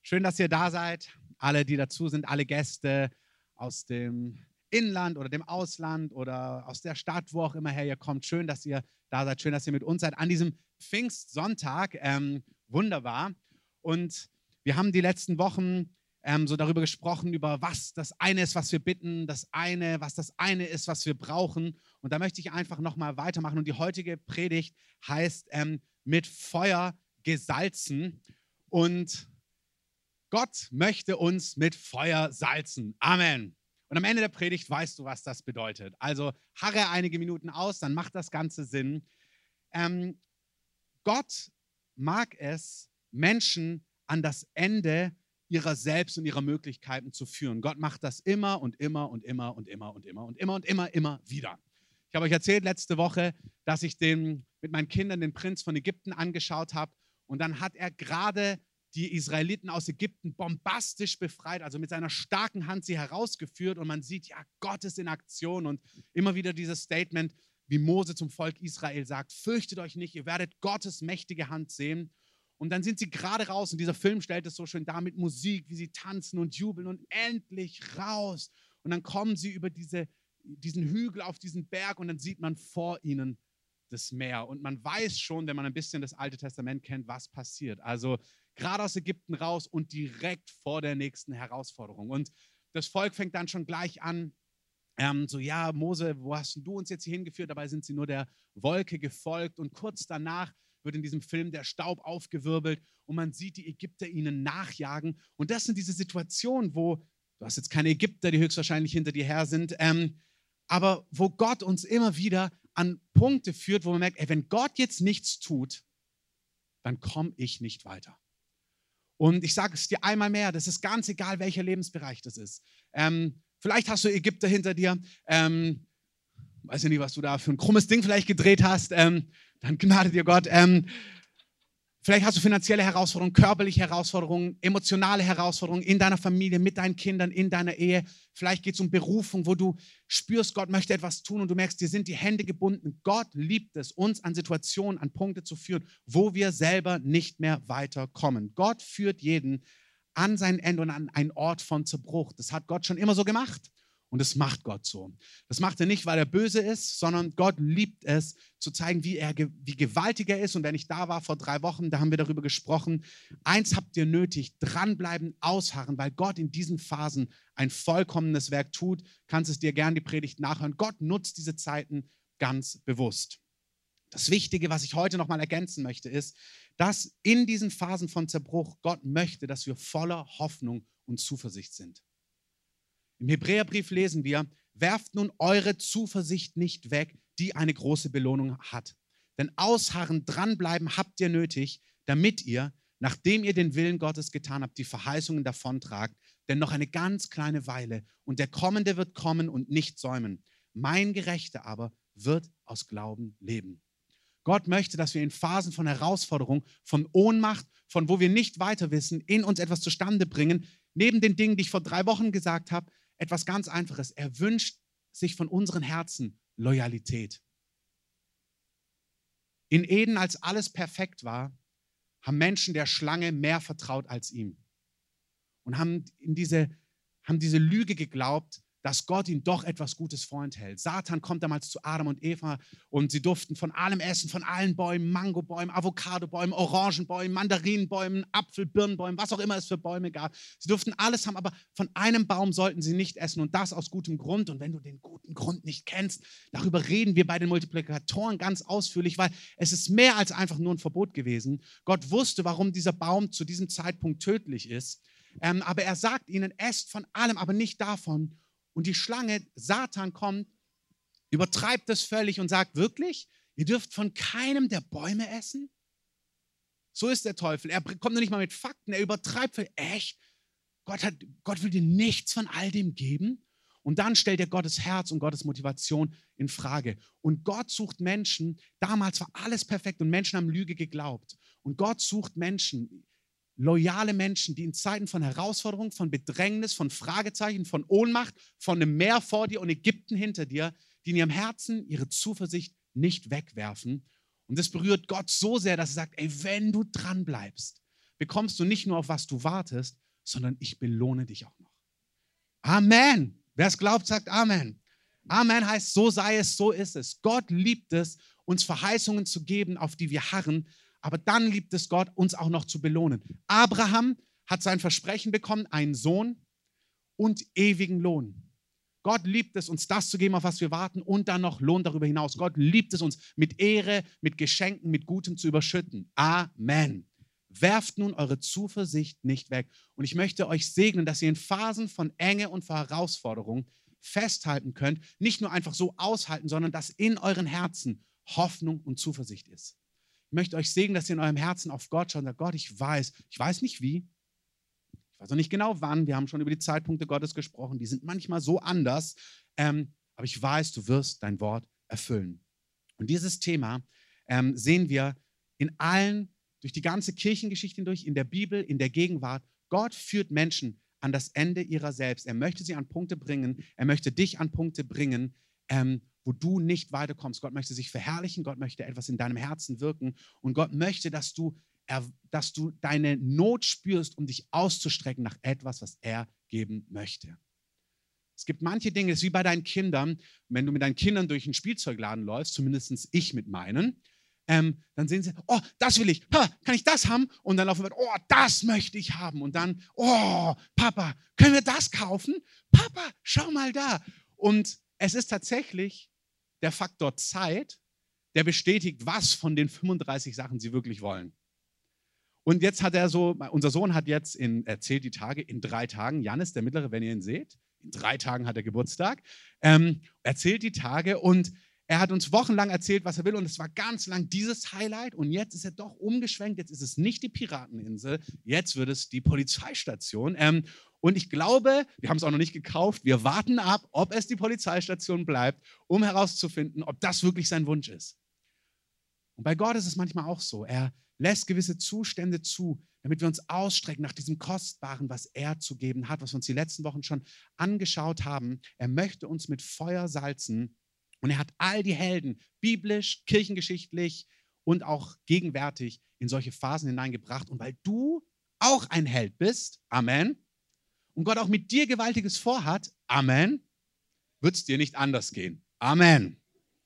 Schön, dass ihr da seid. Alle, die dazu sind, alle Gäste aus dem Inland oder dem Ausland oder aus der Stadt, wo auch immer her ihr kommt. Schön, dass ihr da seid. Schön, dass ihr mit uns seid an diesem Pfingstsonntag. Wunderbar. Und wir haben die letzten Wochen so darüber gesprochen, über was das eine ist, was wir bitten, was das eine ist, was wir brauchen. Und da möchte ich einfach nochmal weitermachen. Und die heutige Predigt heißt mit Feuer gesalzen. Und Gott möchte uns mit Feuer salzen. Amen. Und am Ende der Predigt weißt du, was das bedeutet. Also harre einige Minuten aus, dann macht das Ganze Sinn. Gott mag es, Menschen an das Ende ihrer selbst und ihrer Möglichkeiten zu führen. Gott macht das immer und immer und immer und immer und immer und immer und immer wieder. Ich habe euch erzählt letzte Woche, dass ich mit meinen Kindern den Prinz von Ägypten angeschaut habe und dann hat er gerade die Israeliten aus Ägypten bombastisch befreit, also mit seiner starken Hand sie herausgeführt und man sieht, ja, Gott ist in Aktion und immer wieder dieses Statement, wie Mose zum Volk Israel sagt, fürchtet euch nicht, ihr werdet Gottes mächtige Hand sehen. Und dann sind sie gerade raus und dieser Film stellt es so schön dar mit Musik, wie sie tanzen und jubeln und endlich raus. Und dann kommen sie über diesen Hügel auf diesen Berg und dann sieht man vor ihnen das Meer. Und man weiß schon, wenn man ein bisschen das Alte Testament kennt, was passiert. Also gerade aus Ägypten raus und direkt vor der nächsten Herausforderung. Und das Volk fängt dann schon gleich an, so, ja, Mose, wo hast du uns jetzt hier hingeführt? Dabei sind sie nur der Wolke gefolgt. Und kurz danach wird in diesem Film der Staub aufgewirbelt und man sieht die Ägypter ihnen nachjagen. Und das sind diese Situationen, wo, du hast jetzt keine Ägypter, die höchstwahrscheinlich hinter dir her sind, aber wo Gott uns immer wieder an Punkte führt, wo man merkt, ey, wenn Gott jetzt nichts tut, dann komme ich nicht weiter. Und ich sage es dir einmal mehr, das ist ganz egal, welcher Lebensbereich das ist. Vielleicht hast du Ägypter hinter dir, weiß ja nicht, was du da für ein krummes Ding vielleicht gedreht hast, dann gnade dir Gott. Vielleicht hast du finanzielle Herausforderungen, körperliche Herausforderungen, emotionale Herausforderungen in deiner Familie, mit deinen Kindern, in deiner Ehe. Vielleicht geht es um Berufung, wo du spürst, Gott möchte etwas tun und du merkst, dir sind die Hände gebunden. Gott liebt es, uns an Situationen, an Punkte zu führen, wo wir selber nicht mehr weiterkommen. Gott führt jeden an sein Ende und an einen Ort von Zerbruch. Das hat Gott schon immer so gemacht. Und das macht Gott so. Das macht er nicht, weil er böse ist, sondern Gott liebt es, zu zeigen, wie gewaltig er ist. Und wenn ich da war vor 3 Wochen, da haben wir darüber gesprochen. Eins habt ihr nötig, dranbleiben, ausharren, weil Gott in diesen Phasen ein vollkommenes Werk tut. Kannst es dir gern die Predigt nachhören. Gott nutzt diese Zeiten ganz bewusst. Das Wichtige, was ich heute nochmal ergänzen möchte, ist, dass in diesen Phasen von Zerbruch Gott möchte, dass wir voller Hoffnung und Zuversicht sind. Im Hebräerbrief lesen wir, werft nun eure Zuversicht nicht weg, die eine große Belohnung hat. Denn ausharren, dranbleiben habt ihr nötig, damit ihr, nachdem ihr den Willen Gottes getan habt, die Verheißungen davontragt. Denn noch eine ganz kleine Weile und der Kommende wird kommen und nicht säumen. Mein Gerechter aber wird aus Glauben leben. Gott möchte, dass wir in Phasen von Herausforderung, von Ohnmacht, von wo wir nicht weiter wissen, in uns etwas zustande bringen. Neben den Dingen, die ich vor 3 Wochen gesagt habe, etwas ganz Einfaches. Er wünscht sich von unseren Herzen Loyalität. In Eden, als alles perfekt war, haben Menschen der Schlange mehr vertraut als ihm. Und haben diese Lüge geglaubt, dass Gott ihnen doch etwas Gutes vorenthält. Satan kommt damals zu Adam und Eva und sie durften von allem essen, von allen Bäumen, Mangobäumen, Avocadobäumen, Orangenbäumen, Mandarinenbäumen, Apfel, Birnenbäumen, was auch immer es für Bäume gab. Sie durften alles haben, aber von einem Baum sollten sie nicht essen und das aus gutem Grund. Und wenn du den guten Grund nicht kennst, darüber reden wir bei den Multiplikatoren ganz ausführlich, weil es ist mehr als einfach nur ein Verbot gewesen. Gott wusste, warum dieser Baum zu diesem Zeitpunkt tödlich ist, aber er sagt ihnen, esst von allem, aber nicht davon. Und die Schlange, Satan kommt, übertreibt das völlig und sagt, wirklich? Ihr dürft von keinem der Bäume essen? So ist der Teufel. Er kommt noch nicht mal mit Fakten, er übertreibt völlig. Echt? Gott will dir nichts von all dem geben? Und dann stellt er Gottes Herz und Gottes Motivation in Frage. Und Gott sucht Menschen, damals war alles perfekt und Menschen haben Lüge geglaubt. Und Gott sucht Menschen, loyale Menschen, die in Zeiten von Herausforderung, von Bedrängnis, von Fragezeichen, von Ohnmacht, von einem Meer vor dir und Ägypten hinter dir, die in ihrem Herzen ihre Zuversicht nicht wegwerfen. Und das berührt Gott so sehr, dass er sagt, ey, wenn du dran bleibst, bekommst du nicht nur, auf was du wartest, sondern ich belohne dich auch noch. Amen. Wer es glaubt, sagt Amen. Amen heißt, so sei es, so ist es. Gott liebt es, uns Verheißungen zu geben, auf die wir harren, aber dann liebt es Gott, uns auch noch zu belohnen. Abraham hat sein Versprechen bekommen, einen Sohn und ewigen Lohn. Gott liebt es, uns das zu geben, auf was wir warten und dann noch Lohn darüber hinaus. Gott liebt es, uns mit Ehre, mit Geschenken, mit Gutem zu überschütten. Amen. Werft nun eure Zuversicht nicht weg. Und ich möchte euch segnen, dass ihr in Phasen von Enge und von Herausforderung festhalten könnt, nicht nur einfach so aushalten, sondern dass in euren Herzen Hoffnung und Zuversicht ist. Ich möchte euch segnen, dass ihr in eurem Herzen auf Gott schaut und sagt, Gott, ich weiß nicht wie, ich weiß noch nicht genau wann, wir haben schon über die Zeitpunkte Gottes gesprochen, die sind manchmal so anders, aber ich weiß, du wirst dein Wort erfüllen. Und dieses Thema sehen wir durch die ganze Kirchengeschichte hindurch, in der Bibel, in der Gegenwart. Gott führt Menschen an das Ende ihrer selbst. Er möchte sie an Punkte bringen, er möchte dich an Punkte bringen, wo du nicht weiterkommst. Gott möchte sich verherrlichen, Gott möchte etwas in deinem Herzen wirken und Gott möchte, dass du deine Not spürst, um dich auszustrecken nach etwas, was er geben möchte. Es gibt manche Dinge, es ist wie bei deinen Kindern, wenn du mit deinen Kindern durch einen Spielzeugladen läufst, zumindest ich mit meinen, dann sehen sie, oh, das will ich, kann ich das haben? Und dann laufen wir, oh, das möchte ich haben. Und dann, oh, Papa, können wir das kaufen? Papa, schau mal da. Und es ist tatsächlich der Faktor Zeit, der bestätigt, was von den 35 Sachen sie wirklich wollen. Und jetzt hat unser Sohn hat jetzt erzählt die Tage, in 3 Tagen, Janis, der Mittlere, wenn ihr ihn seht, in 3 Tagen hat er Geburtstag, erzählt die Tage und er hat uns wochenlang erzählt, was er will und es war ganz lang dieses Highlight und jetzt ist er doch umgeschwenkt, jetzt ist es nicht die Pirateninsel, jetzt wird es die Polizeistation und ich glaube, wir haben es auch noch nicht gekauft, wir warten ab, ob es die Polizeistation bleibt, um herauszufinden, ob das wirklich sein Wunsch ist. Und bei Gott ist es manchmal auch so, er lässt gewisse Zustände zu, damit wir uns ausstrecken nach diesem Kostbaren, was er zu geben hat, was wir uns die letzten Wochen schon angeschaut haben. Er möchte uns mit Feuer salzen und er hat all die Helden, biblisch, kirchengeschichtlich und auch gegenwärtig, in solche Phasen hineingebracht. Und weil du auch ein Held bist, Amen, und Gott auch mit dir Gewaltiges vorhat, Amen, wird es dir nicht anders gehen. Amen.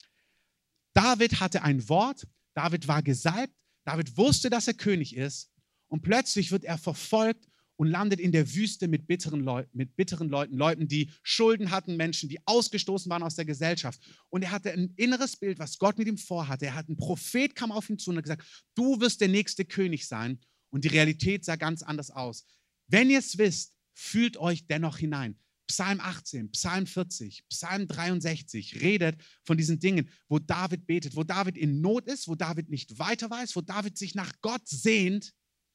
David hatte ein Wort, David war gesalbt, David wusste, dass er König ist und plötzlich wird er verfolgt und landet in der Wüste mit bitteren Leuten, die Schulden hatten, Menschen, die ausgestoßen waren aus der Gesellschaft. Und er hatte ein inneres Bild, was Gott mit ihm vorhatte. Ein Prophet kam auf ihn zu und hat gesagt, du wirst der nächste König sein. Und die Realität sah ganz anders aus. Wenn ihr es wisst, fühlt euch dennoch hinein. Psalm 18, Psalm 40, Psalm 63 redet von diesen Dingen, wo David betet, wo David in Not ist, wo David nicht weiter weiß, wo David sich nach Gott sehnt,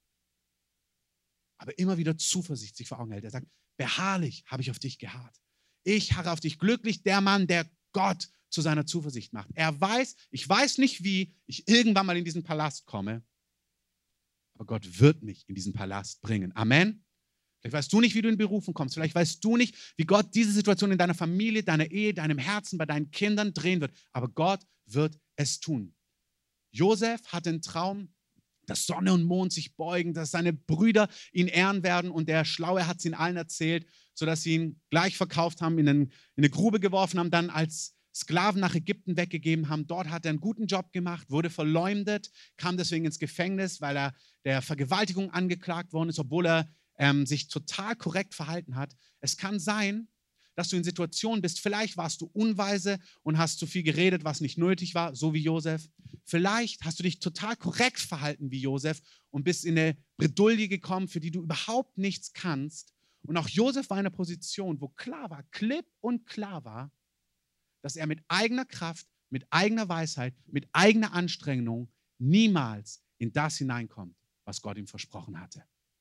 aber immer wieder Zuversicht sich vor Augen hält. Er sagt, beharrlich habe ich auf dich geharrt. Ich harre auf dich. Glücklich der Mann, der Gott zu seiner Zuversicht macht. Er weiß, ich weiß nicht, wie ich irgendwann mal in diesen Palast komme, aber Gott wird mich in diesen Palast bringen. Amen. Vielleicht weißt du nicht, wie du in Berufung kommst. Vielleicht weißt du nicht, wie Gott diese Situation in deiner Familie, deiner Ehe, deinem Herzen, bei deinen Kindern drehen wird. Aber Gott wird es tun. Josef hatte einen Traum, dass Sonne und Mond sich beugen, dass seine Brüder ihn ehren werden. Und der Schlaue hat es ihnen allen erzählt, sodass sie ihn gleich verkauft haben, in eine Grube geworfen haben, dann als Sklaven nach Ägypten weggegeben haben. Dort hat er einen guten Job gemacht, wurde verleumdet, kam deswegen ins Gefängnis, weil er der Vergewaltigung angeklagt worden ist, obwohl er sich total korrekt verhalten hat. Es kann sein, dass du in Situationen bist, vielleicht warst du unweise und hast zu viel geredet, was nicht nötig war, so wie Josef. Vielleicht hast du dich total korrekt verhalten wie Josef und bist in eine Bredouille gekommen, für die du überhaupt nichts kannst. Und auch Josef war in einer Position, wo klar war, klipp und klar war, dass er mit eigener Kraft, mit eigener Weisheit, mit eigener Anstrengung niemals in das hineinkommt, was Gott ihm versprochen hatte.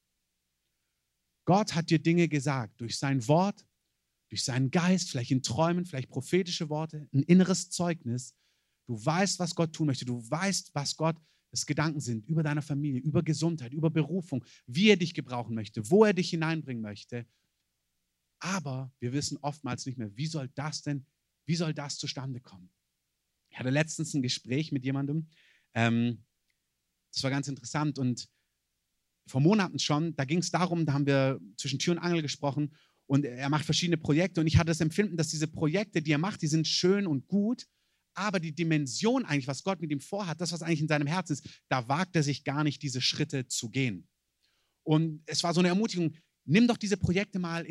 Gott hat dir Dinge gesagt, durch sein Wort, durch seinen Geist, vielleicht in Träumen, vielleicht prophetische Worte, ein inneres Zeugnis. Du weißt, was Gott tun möchte. Du weißt, was Gottes Gedanken sind über deine Familie, über Gesundheit, über Berufung, wie er dich gebrauchen möchte, wo er dich hineinbringen möchte. Aber wir wissen oftmals nicht mehr, wie soll das zustande kommen? Ich hatte letztens ein Gespräch mit jemandem, das war ganz interessant und vor Monaten schon, da ging es darum, da haben wir zwischen Tür und Angel gesprochen und er macht verschiedene Projekte und ich hatte das Empfinden, dass diese Projekte, die er macht, die sind schön und gut, aber die Dimension eigentlich, was Gott mit ihm vorhat, das, was eigentlich in seinem Herzen ist, da wagt er sich gar nicht, diese Schritte zu gehen. Und es war so eine Ermutigung, nimm doch diese Projekte mal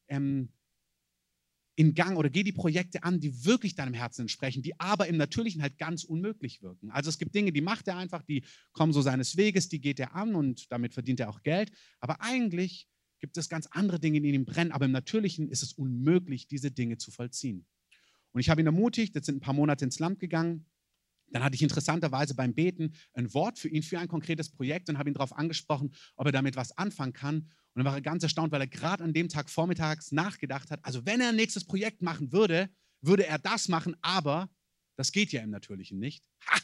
in Gang oder geh die Projekte an, die wirklich deinem Herzen entsprechen, die aber im Natürlichen halt ganz unmöglich wirken. Also es gibt Dinge, die macht er einfach, die kommen so seines Weges, die geht er an und damit verdient er auch Geld. Aber eigentlich gibt es ganz andere Dinge, die in ihm brennen, aber im Natürlichen ist es unmöglich, diese Dinge zu vollziehen. Und ich habe ihn ermutigt, jetzt sind ein paar Monate ins Land gegangen. Dann hatte ich interessanterweise beim Beten ein Wort für ihn, für ein konkretes Projekt und habe ihn darauf angesprochen, ob er damit was anfangen kann. Und dann war er ganz erstaunt, weil er gerade an dem Tag vormittags nachgedacht hat, also wenn er ein nächstes Projekt machen würde, würde er das machen, aber das geht ja im Natürlichen nicht. Ha!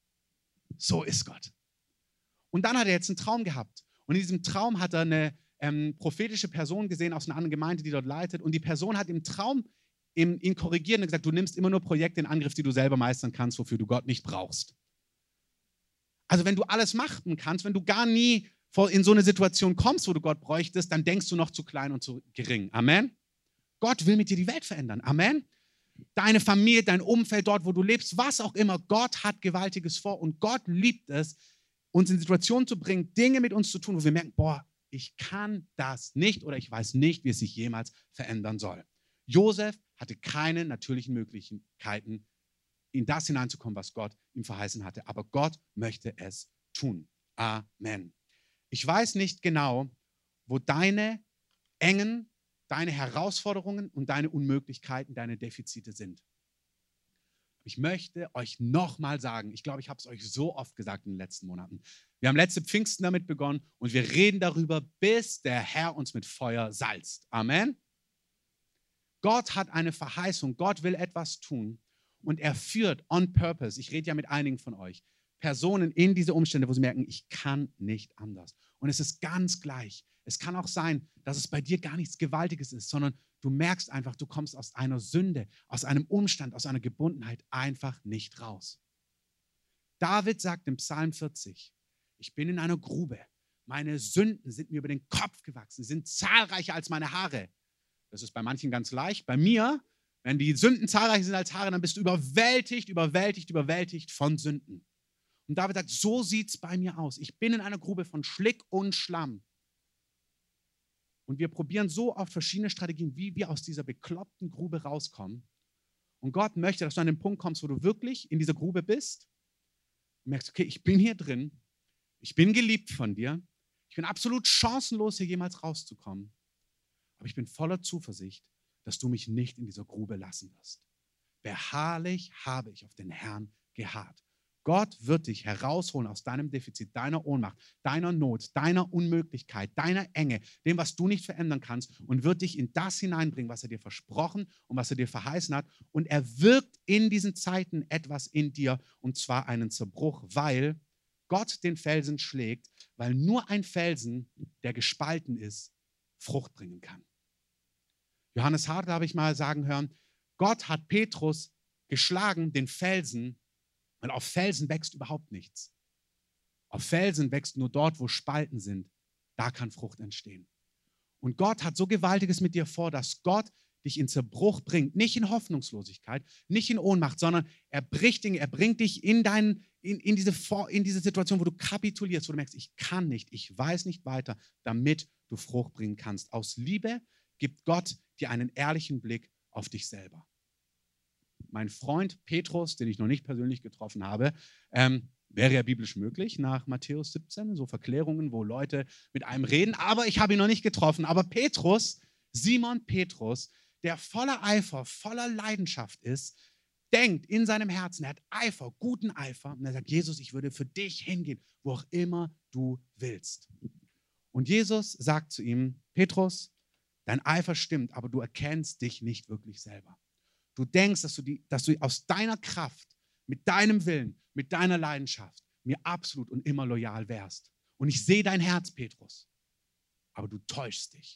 So ist Gott. Und dann hat er jetzt einen Traum gehabt. Und in diesem Traum hat er eine prophetische Person gesehen aus einer anderen Gemeinde, die dort leitet. Und die Person hat im Traum ihn korrigiert und gesagt, du nimmst immer nur Projekte in Angriff, die du selber meistern kannst, wofür du Gott nicht brauchst. Also wenn du alles machen kannst, wenn du gar nie in so eine Situation kommst, wo du Gott bräuchtest, dann denkst du noch zu klein und zu gering. Amen. Gott will mit dir die Welt verändern. Amen. Deine Familie, dein Umfeld, dort, wo du lebst, was auch immer. Gott hat Gewaltiges vor und Gott liebt es, uns in Situationen zu bringen, Dinge mit uns zu tun, wo wir merken, boah, ich kann das nicht oder ich weiß nicht, wie es sich jemals verändern soll. Josef hatte keine natürlichen Möglichkeiten, in das hineinzukommen, was Gott ihm verheißen hatte. Aber Gott möchte es tun. Amen. Ich weiß nicht genau, wo deine Engen, deine Herausforderungen und deine Unmöglichkeiten, deine Defizite sind. Ich möchte euch nochmal sagen, ich glaube, ich habe es euch so oft gesagt in den letzten Monaten. Wir haben letzte Pfingsten damit begonnen und wir reden darüber, bis der Herr uns mit Feuer salzt. Amen. Gott hat eine Verheißung, Gott will etwas tun und er führt on purpose, ich rede ja mit einigen von euch, Personen in diese Umstände, wo sie merken, ich kann nicht anders. Und es ist ganz gleich. Es kann auch sein, dass es bei dir gar nichts Gewaltiges ist, sondern du merkst einfach, du kommst aus einer Sünde, aus einem Umstand, aus einer Gebundenheit einfach nicht raus. David sagt im Psalm 40, ich bin in einer Grube, meine Sünden sind mir über den Kopf gewachsen, sind zahlreicher als meine Haare. Das ist bei manchen ganz leicht. Bei mir, wenn die Sünden zahlreicher sind als Haare, dann bist du überwältigt von Sünden. Und David sagt, so sieht es bei mir aus. Ich bin in einer Grube von Schlick und Schlamm. Und wir probieren so oft verschiedene Strategien, wie wir aus dieser bekloppten Grube rauskommen. Und Gott möchte, dass du an den Punkt kommst, wo du wirklich in dieser Grube bist und merkst, okay, ich bin hier drin, ich bin geliebt von dir, ich bin absolut chancenlos, hier jemals rauszukommen. Aber ich bin voller Zuversicht, dass du mich nicht in dieser Grube lassen wirst. Beharrlich habe ich auf den Herrn geharrt. Gott wird dich herausholen aus deinem Defizit, deiner Ohnmacht, deiner Not, deiner Unmöglichkeit, deiner Enge, dem, was du nicht verändern kannst und wird dich in das hineinbringen, was er dir versprochen und was er dir verheißen hat. Und er wirkt in diesen Zeiten etwas in dir und zwar einen Zerbruch, weil Gott den Felsen schlägt, weil nur ein Felsen, der gespalten ist, Frucht bringen kann. Johannes Hartl habe ich mal sagen hören, Gott hat Petrus geschlagen, den Felsen, weil auf Felsen wächst überhaupt nichts. Auf Felsen wächst nur dort, wo Spalten sind. Da kann Frucht entstehen. Und Gott hat so Gewaltiges mit dir vor, dass Gott dich in Zerbruch bringt. Nicht in Hoffnungslosigkeit, nicht in Ohnmacht, sondern er bricht Dinge, er bringt dich in diese Situation, wo du kapitulierst, wo du merkst, ich kann nicht, ich weiß nicht weiter, damit du Frucht bringen kannst. Aus Liebe gibt Gott dir einen ehrlichen Blick auf dich selber. Mein Freund Petrus, den ich noch nicht persönlich getroffen habe, wäre ja biblisch möglich nach Matthäus 17, so Verklärungen, wo Leute mit einem reden, aber ich habe ihn noch nicht getroffen. Aber Petrus, Simon Petrus, der voller Eifer, voller Leidenschaft ist, denkt in seinem Herzen, er hat Eifer, guten Eifer, und er sagt, Jesus, ich würde für dich hingehen, wo auch immer du willst. Und Jesus sagt zu ihm, Petrus, dein Eifer stimmt, aber du erkennst dich nicht wirklich selber. Du denkst, dass du aus deiner Kraft, mit deinem Willen, mit deiner Leidenschaft mir absolut und immer loyal wärst. Und ich sehe dein Herz, Petrus, aber du täuschst dich.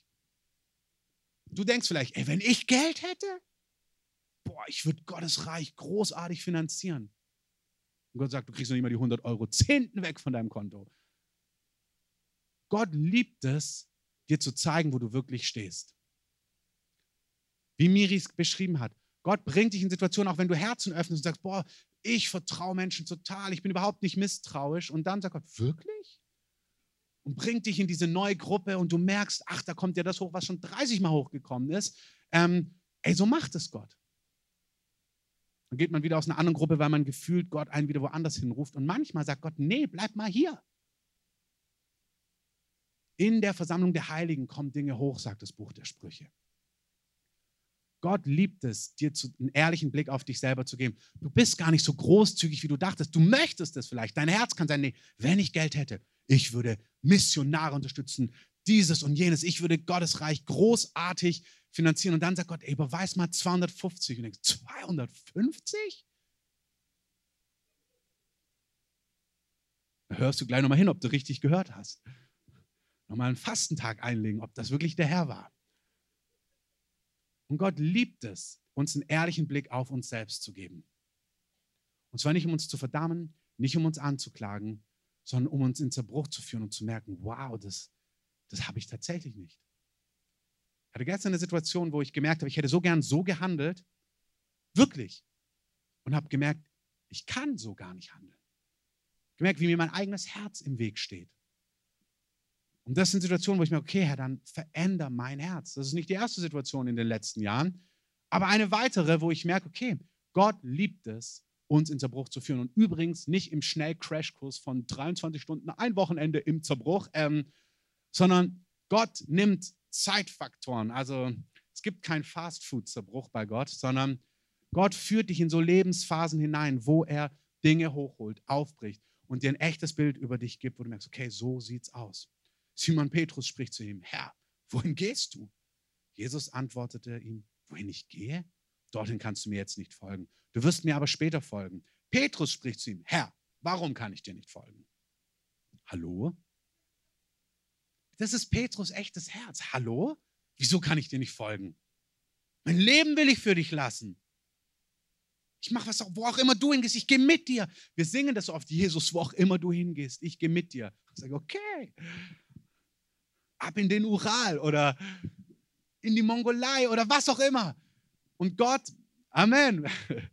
Du denkst vielleicht, ey, wenn ich Geld hätte, boah, ich würde Gottes Reich großartig finanzieren. Und Gott sagt, du kriegst noch nicht mal die 100 € Zehnten weg von deinem Konto. Gott liebt es, dir zu zeigen, wo du wirklich stehst. Wie Miri es beschrieben hat. Gott bringt dich in Situationen, auch wenn du Herzen öffnest und sagst, boah, ich vertraue Menschen total, ich bin überhaupt nicht misstrauisch. Und dann sagt Gott, wirklich? Und bringt dich in diese neue Gruppe und du merkst, ach, da kommt ja das hoch, was schon 30 Mal hochgekommen ist. So macht es Gott. Dann geht man wieder aus einer anderen Gruppe, weil man gefühlt Gott einen wieder woanders hinruft. Und manchmal sagt Gott, nee, bleib mal hier. In der Versammlung der Heiligen kommen Dinge hoch, sagt das Buch der Sprüche. Gott liebt es, dir einen ehrlichen Blick auf dich selber zu geben. Du bist gar nicht so großzügig, wie du dachtest. Du möchtest es vielleicht. Dein Herz kann sein, nee, wenn ich Geld hätte, ich würde Missionare unterstützen, dieses und jenes. Ich würde Gottes Reich großartig finanzieren. Und dann sagt Gott, ey, überweis mal 250. Und du denkst, 250? Da hörst du gleich nochmal hin, ob du richtig gehört hast. Nochmal einen Fastentag einlegen, ob das wirklich der Herr war. Und Gott liebt es, uns einen ehrlichen Blick auf uns selbst zu geben. Und zwar nicht, um uns zu verdammen, nicht um uns anzuklagen, sondern um uns in Zerbruch zu führen und zu merken, wow, das habe ich tatsächlich nicht. Ich hatte gestern eine Situation, wo ich gemerkt habe, ich hätte so gern so gehandelt, wirklich, und habe gemerkt, ich kann so gar nicht handeln. Gemerkt, wie mir mein eigenes Herz im Weg steht. Und das sind Situationen, wo ich mir, okay, Herr, dann veränder mein Herz. Das ist nicht die erste Situation in den letzten Jahren, aber eine weitere, wo ich merke, okay, Gott liebt es, uns in Zerbruch zu führen. Und übrigens nicht im Schnell-Crashkurs von 23 Stunden, ein Wochenende im Zerbruch, sondern Gott nimmt Zeitfaktoren. Also es gibt kein Fast-Food-Zerbruch bei Gott, sondern Gott führt dich in so Lebensphasen hinein, wo er Dinge hochholt, aufbricht und dir ein echtes Bild über dich gibt, wo du merkst, okay, so sieht's aus. Simon Petrus spricht zu ihm, Herr, wohin gehst du? Jesus antwortete ihm, wohin ich gehe? Dorthin kannst du mir jetzt nicht folgen. Du wirst mir aber später folgen. Petrus spricht zu ihm, Herr, warum kann ich dir nicht folgen? Hallo? Das ist Petrus echtes Herz. Hallo? Wieso kann ich dir nicht folgen? Mein Leben will ich für dich lassen. Ich mache was, wo auch immer du hingehst. Ich gehe mit dir. Wir singen das so oft, Jesus, wo auch immer du hingehst. Ich gehe mit dir. Ich sage, okay. Ab in den Ural oder in die Mongolei oder was auch immer. Und Gott, Amen.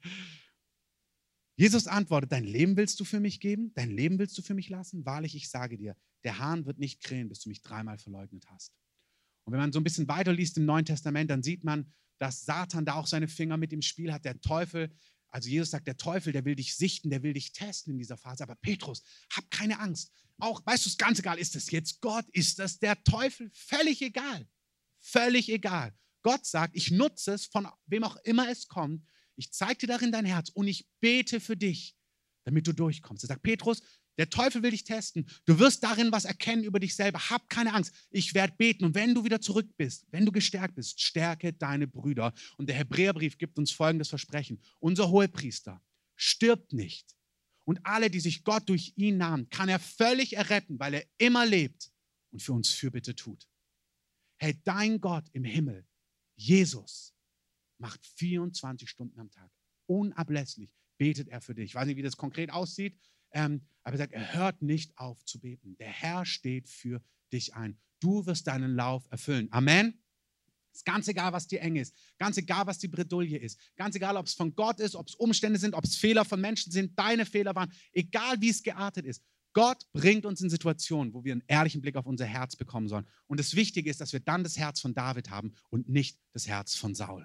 Jesus antwortet, dein Leben willst du für mich geben? Dein Leben willst du für mich lassen? Wahrlich, ich sage dir, der Hahn wird nicht krähen, bis du mich 3-mal verleugnet hast. Und wenn man so ein bisschen weiterliest im Neuen Testament, dann sieht man, dass Satan da auch seine Finger mit im Spiel hat. Der Teufel, also Jesus sagt, der Teufel, der will dich sichten, der will dich testen in dieser Phase. Aber Petrus, hab keine Angst. Auch, weißt du, es ist ganz egal, ist das jetzt Gott, ist das der Teufel? Völlig egal. Völlig egal. Gott sagt, ich nutze es, von wem auch immer es kommt. Ich zeige dir darin dein Herz und ich bete für dich, damit du durchkommst. Er sagt, Petrus, der Teufel will dich testen. Du wirst darin was erkennen über dich selber. Hab keine Angst. Ich werde beten. Und wenn du wieder zurück bist, wenn du gestärkt bist, stärke deine Brüder. Und der Hebräerbrief gibt uns folgendes Versprechen. Unser Hohepriester stirbt nicht. Und alle, die sich Gott durch ihn nahmen, kann er völlig erretten, weil er immer lebt und für uns Fürbitte tut. Hey, dein Gott im Himmel, Jesus, macht 24 Stunden am Tag. Unablässlich betet er für dich. Ich weiß nicht, wie das konkret aussieht, aber er sagt, er hört nicht auf zu beten. Der Herr steht für dich ein. Du wirst deinen Lauf erfüllen. Amen. Ist ganz egal, was dir eng ist. Ganz egal, was die Bredouille ist. Ganz egal, ob es von Gott ist, ob es Umstände sind, ob es Fehler von Menschen sind, deine Fehler waren. Egal, wie es geartet ist. Gott bringt uns in Situationen, wo wir einen ehrlichen Blick auf unser Herz bekommen sollen. Und das Wichtige ist, dass wir dann das Herz von David haben und nicht das Herz von Saul.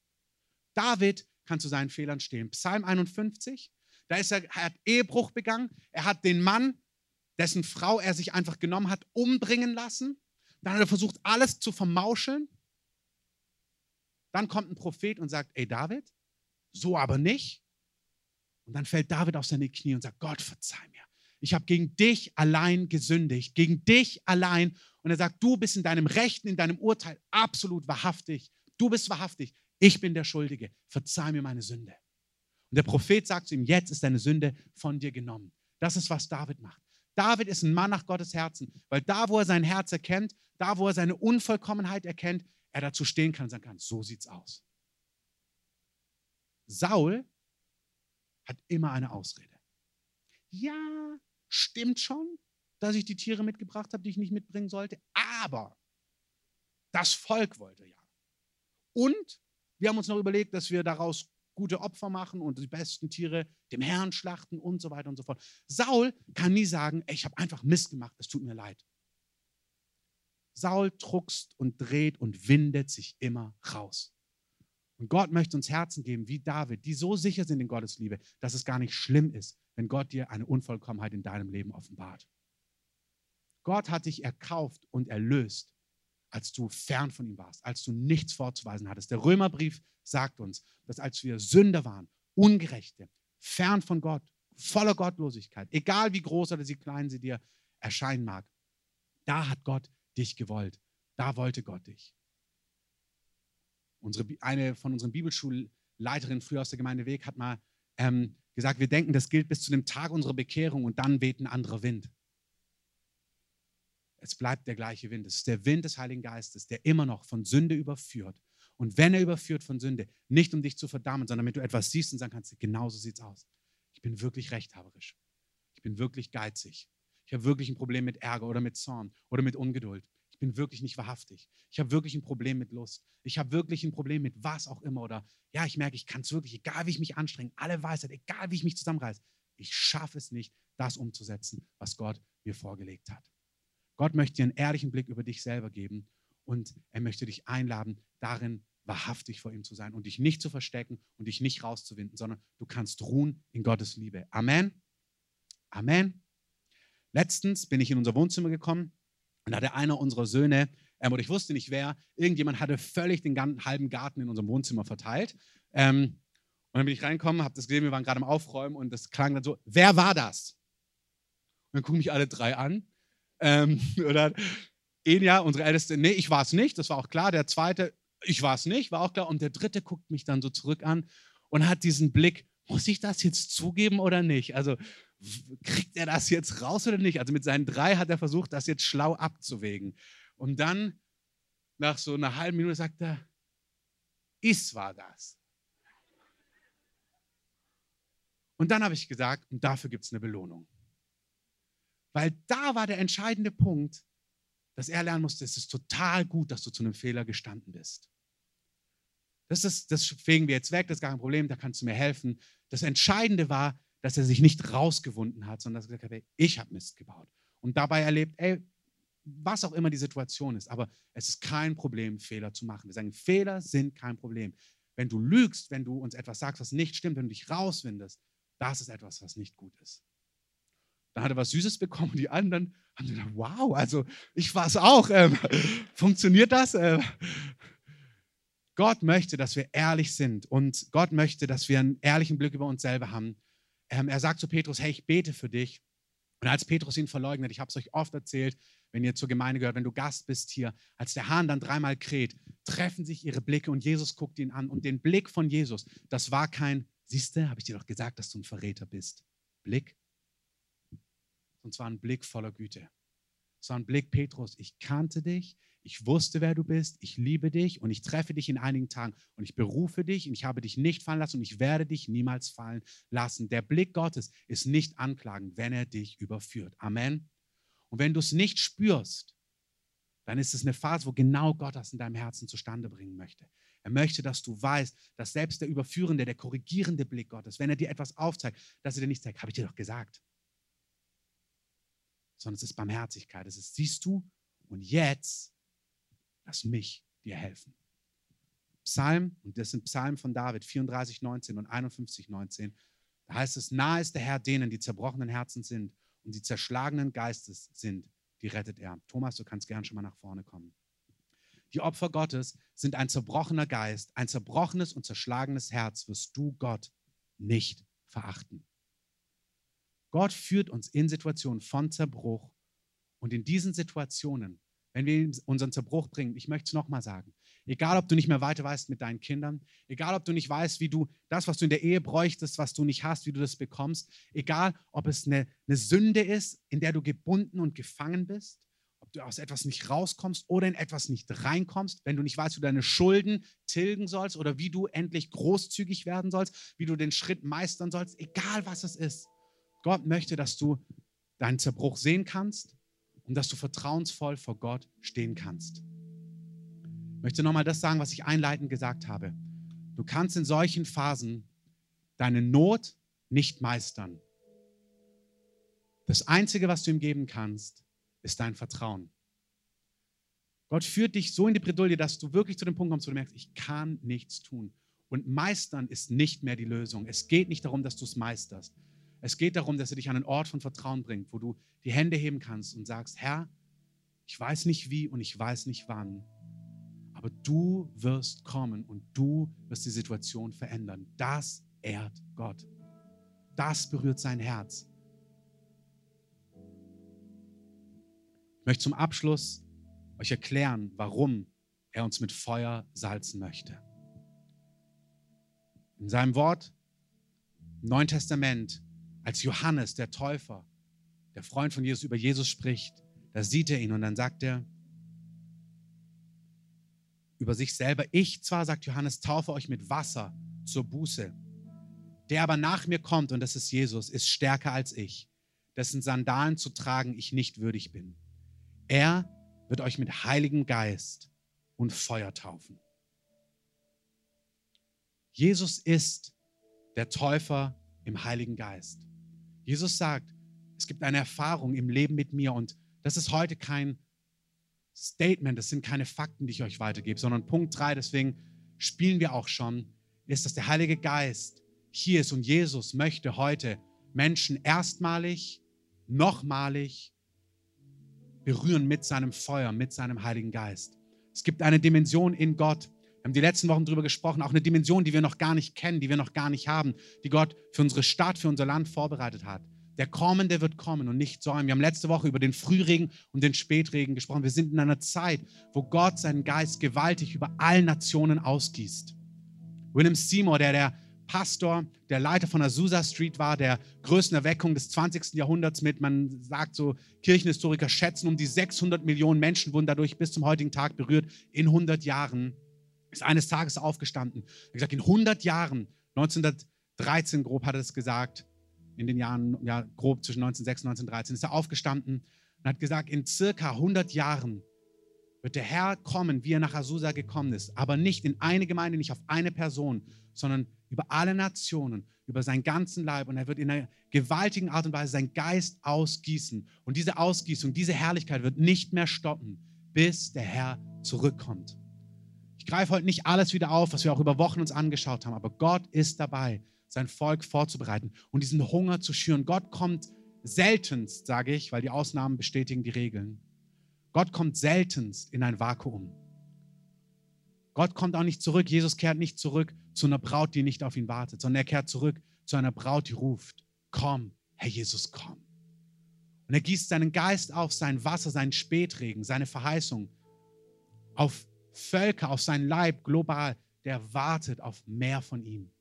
David kann zu seinen Fehlern stehen. Psalm 51, da ist er hat Ehebruch begangen. Er hat den Mann, dessen Frau er sich einfach genommen hat, umbringen lassen. Dann hat er versucht, alles zu vermauscheln. Dann kommt ein Prophet und sagt, ey David, so aber nicht. Und dann fällt David auf seine Knie und sagt, Gott, verzeih mir. Ich habe gegen dich allein gesündigt, gegen dich allein. Und er sagt, du bist in deinem Rechten, in deinem Urteil absolut wahrhaftig. Du bist wahrhaftig. Ich bin der Schuldige. Verzeih mir meine Sünde. Und der Prophet sagt zu ihm, jetzt ist deine Sünde von dir genommen. Das ist, was David macht. David ist ein Mann nach Gottes Herzen, weil da, wo er sein Herz erkennt, da, wo er seine Unvollkommenheit erkennt, er dazu stehen kann und sagen kann, so sieht's aus. Saul hat immer eine Ausrede. Ja, stimmt schon, dass ich die Tiere mitgebracht habe, die ich nicht mitbringen sollte, aber das Volk wollte ja. Und wir haben uns noch überlegt, dass wir daraus gute Opfer machen und die besten Tiere dem Herrn schlachten und so weiter und so fort. Saul kann nie sagen, ey, ich habe einfach Mist gemacht, es tut mir leid. Saul druckst und dreht und windet sich immer raus. Und Gott möchte uns Herzen geben, wie David, die so sicher sind in Gottes Liebe, dass es gar nicht schlimm ist, wenn Gott dir eine Unvollkommenheit in deinem Leben offenbart. Gott hat dich erkauft und erlöst, als du fern von ihm warst, als du nichts vorzuweisen hattest. Der Römerbrief sagt uns, dass als wir Sünder waren, Ungerechte, fern von Gott, voller Gottlosigkeit, egal wie groß oder wie klein sie dir erscheinen mag, da hat Gott dich gewollt. Da wollte Gott dich. Eine von unseren Bibelschulleiterinnen früher aus der Gemeinde Weg hat mal gesagt, wir denken, das gilt bis zu dem Tag unserer Bekehrung und dann weht ein anderer Wind. Es bleibt der gleiche Wind. Es ist der Wind des Heiligen Geistes, der immer noch von Sünde überführt. Und wenn er überführt von Sünde, nicht um dich zu verdammen, sondern damit du etwas siehst und sagen kannst, genauso sieht es aus. Ich bin wirklich rechthaberisch. Ich bin wirklich geizig. Ich habe wirklich ein Problem mit Ärger oder mit Zorn oder mit Ungeduld. Ich bin wirklich nicht wahrhaftig. Ich habe wirklich ein Problem mit Lust. Ich habe wirklich ein Problem mit was auch immer. Oder ja, ich merke, ich kann es wirklich, egal wie ich mich anstrenge, alle Weisheit, egal wie ich mich zusammenreiße. Ich schaffe es nicht, das umzusetzen, was Gott mir vorgelegt hat. Gott möchte dir einen ehrlichen Blick über dich selber geben und er möchte dich einladen, darin wahrhaftig vor ihm zu sein und dich nicht zu verstecken und dich nicht rauszuwinden, sondern du kannst ruhen in Gottes Liebe. Amen. Amen. Letztens bin ich in unser Wohnzimmer gekommen und da hatte einer unserer Söhne, oder ich wusste nicht wer, irgendjemand hatte völlig den halben Garten in unserem Wohnzimmer verteilt. Und dann bin ich reingekommen, habe das gesehen, wir waren gerade am Aufräumen und das klang dann so, wer war das? Und dann gucken mich alle drei an. Oder Enya, unsere Älteste, nee, ich war es nicht, das war auch klar. Der Zweite, ich war es nicht, war auch klar. Und der Dritte guckt mich dann so zurück an und hat diesen Blick, muss ich das jetzt zugeben oder nicht? Also kriegt er das jetzt raus oder nicht? Also mit seinen 3 hat er versucht, das jetzt schlau abzuwägen. Und dann, nach so einer halben Minute, sagt er, ich war das. Und dann habe ich gesagt, und dafür gibt es eine Belohnung. Weil da war der entscheidende Punkt, dass er lernen musste, es ist total gut, dass du zu einem Fehler gestanden bist. Das fegen wir jetzt weg, das ist gar kein Problem, da kannst du mir helfen. Das Entscheidende war, dass er sich nicht rausgewunden hat, sondern dass er gesagt hat, ich habe Mist gebaut. Und dabei erlebt, was auch immer die Situation ist, aber es ist kein Problem, Fehler zu machen. Wir sagen, Fehler sind kein Problem. Wenn du lügst, wenn du uns etwas sagst, was nicht stimmt, wenn du dich rauswindest, das ist etwas, was nicht gut ist. Dann hat er was Süßes bekommen und die anderen haben gedacht, wow, also ich war es auch. Funktioniert das? Gott möchte, dass wir ehrlich sind und Gott möchte, dass wir einen ehrlichen Blick über uns selber haben. Er sagt zu Petrus, hey, ich bete für dich. Und als Petrus ihn verleugnet, ich habe es euch oft erzählt, wenn ihr zur Gemeinde gehört, wenn du Gast bist hier, als der Hahn dann 3-mal kräht, treffen sich ihre Blicke und Jesus guckt ihn an. Und den Blick von Jesus, das war kein, siehste, habe ich dir doch gesagt, dass du ein Verräter bist. Blick. Und zwar ein Blick voller Güte. Es war ein Blick, Petrus, ich kannte dich, ich wusste, wer du bist, ich liebe dich und ich treffe dich in einigen Tagen und ich berufe dich und ich habe dich nicht fallen lassen und ich werde dich niemals fallen lassen. Der Blick Gottes ist nicht anklagend, wenn er dich überführt. Amen. Und wenn du es nicht spürst, dann ist es eine Phase, wo genau Gott das in deinem Herzen zustande bringen möchte. Er möchte, dass du weißt, dass selbst der überführende, der korrigierende Blick Gottes, wenn er dir etwas aufzeigt, dass er dir nicht sagt, habe ich dir doch gesagt. Sondern es ist Barmherzigkeit. Es ist, siehst du, und jetzt lass mich dir helfen. Psalm, und das sind Psalmen von David, 34, 19 und 51, 19. Da heißt es, nahe ist der Herr denen, die zerbrochenen Herzen sind und die zerschlagenen Geistes sind, die rettet er. Thomas, du kannst gern schon mal nach vorne kommen. Die Opfer Gottes sind ein zerbrochener Geist, ein zerbrochenes und zerschlagenes Herz wirst du, Gott, nicht verachten. Gott führt uns in Situationen von Zerbruch und in diesen Situationen, wenn wir unseren Zerbruch bringen, ich möchte es nochmal sagen, egal ob du nicht mehr weiter weißt mit deinen Kindern, egal ob du nicht weißt, wie du das, was du in der Ehe bräuchtest, was du nicht hast, wie du das bekommst, egal ob es eine Sünde ist, in der du gebunden und gefangen bist, ob du aus etwas nicht rauskommst oder in etwas nicht reinkommst, wenn du nicht weißt, wie du deine Schulden tilgen sollst oder wie du endlich großzügig werden sollst, wie du den Schritt meistern sollst, egal was es ist. Gott möchte, dass du deinen Zerbruch sehen kannst und dass du vertrauensvoll vor Gott stehen kannst. Ich möchte nochmal das sagen, was ich einleitend gesagt habe. Du kannst in solchen Phasen deine Not nicht meistern. Das Einzige, was du ihm geben kannst, ist dein Vertrauen. Gott führt dich so in die Bredouille, dass du wirklich zu dem Punkt kommst, wo du merkst, ich kann nichts tun. Und meistern ist nicht mehr die Lösung. Es geht nicht darum, dass du es meisterst. Es geht darum, dass er dich an einen Ort von Vertrauen bringt, wo du die Hände heben kannst und sagst, Herr, ich weiß nicht wie und ich weiß nicht wann, aber du wirst kommen und du wirst die Situation verändern. Das ehrt Gott. Das berührt sein Herz. Ich möchte zum Abschluss euch erklären, warum er uns mit Feuer salzen möchte. In seinem Wort im Neuen Testament, als Johannes, der Täufer, der Freund von Jesus, über Jesus spricht, da sieht er ihn und dann sagt er über sich selber, ich zwar, sagt Johannes, taufe euch mit Wasser zur Buße, der aber nach mir kommt, und das ist Jesus, ist stärker als ich, dessen Sandalen zu tragen ich nicht würdig bin. Er wird euch mit Heiligem Geist und Feuer taufen. Jesus ist der Täufer im Heiligen Geist. Jesus sagt, es gibt eine Erfahrung im Leben mit mir und das ist heute kein Statement, das sind keine Fakten, die ich euch weitergebe, sondern Punkt 3, deswegen spielen wir auch schon, ist, dass der Heilige Geist hier ist und Jesus möchte heute Menschen erstmalig, nochmalig berühren mit seinem Feuer, mit seinem Heiligen Geist. Es gibt eine Dimension in Gott. Wir haben die letzten Wochen darüber gesprochen, auch eine Dimension, die wir noch gar nicht kennen, die wir noch gar nicht haben, die Gott für unsere Stadt, für unser Land vorbereitet hat. Der Kommende wird kommen und nicht säumen. Wir haben letzte Woche über den Frühregen und den Spätregen gesprochen. Wir sind in einer Zeit, wo Gott seinen Geist gewaltig über allen Nationen ausgießt. William Seymour, der Pastor, der Leiter von Azusa Street war, der größten Erweckung des 20. Jahrhunderts mit, man sagt so, Kirchenhistoriker schätzen, um die 600 Millionen Menschen wurden dadurch bis zum heutigen Tag berührt. In 100 Jahren ist eines Tages aufgestanden. Er hat gesagt, in 100 Jahren, 1913 grob hat er es gesagt, in den Jahren, ja, grob zwischen 1906 und 1913, ist er aufgestanden und hat gesagt, in circa 100 Jahren wird der Herr kommen, wie er nach Azusa gekommen ist, aber nicht in eine Gemeinde, nicht auf eine Person, sondern über alle Nationen, über seinen ganzen Leib und er wird in einer gewaltigen Art und Weise seinen Geist ausgießen und diese Ausgießung, diese Herrlichkeit wird nicht mehr stoppen, bis der Herr zurückkommt. Ich greife heute nicht alles wieder auf, was wir auch über Wochen uns angeschaut haben, aber Gott ist dabei, sein Volk vorzubereiten und diesen Hunger zu schüren. Gott kommt seltenst, sage ich, weil die Ausnahmen bestätigen die Regeln. Gott kommt seltenst in ein Vakuum. Gott kommt auch nicht zurück. Jesus kehrt nicht zurück zu einer Braut, die nicht auf ihn wartet, sondern er kehrt zurück zu einer Braut, die ruft, komm, Herr Jesus, komm. Und er gießt seinen Geist auf, sein Wasser, seinen Spätregen, seine Verheißung auf Völker, auf seinen Leib global, der wartet auf mehr von ihm.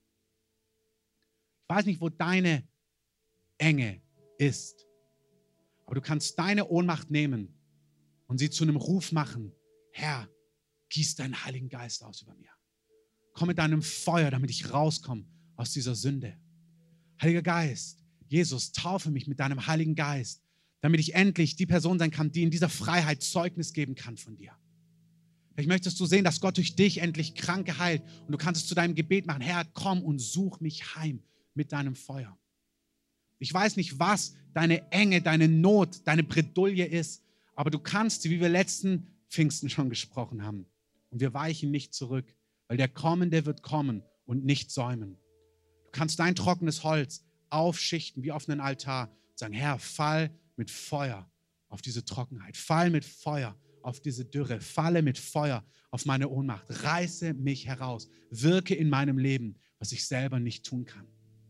Ich weiß nicht, wo deine Enge ist, aber du kannst deine Ohnmacht nehmen und sie zu einem Ruf machen, Herr, gieß deinen Heiligen Geist aus über mir. Komm mit deinem Feuer, damit ich rauskomme aus dieser Sünde. Heiliger Geist, Jesus, taufe mich mit deinem Heiligen Geist, damit ich endlich die Person sein kann, die in dieser Freiheit Zeugnis geben kann von dir. Vielleicht möchtest du sehen, dass Gott durch dich endlich Kranke heilt und du kannst es zu deinem Gebet machen, Herr, komm und such mich heim mit deinem Feuer. Ich weiß nicht, was deine Enge, deine Not, deine Bredouille ist, aber du kannst sie, wie wir letzten Pfingsten schon gesprochen haben. Und wir weichen nicht zurück, weil der Kommende wird kommen und nicht säumen. Du kannst dein trockenes Holz aufschichten wie auf einen Altar und sagen, Herr, fall mit Feuer auf diese Trockenheit. Fall mit Feuer auf diese Dürre. Falle mit Feuer auf meine Ohnmacht. Reiße mich heraus. Wirke in meinem Leben, was ich selber nicht tun kann.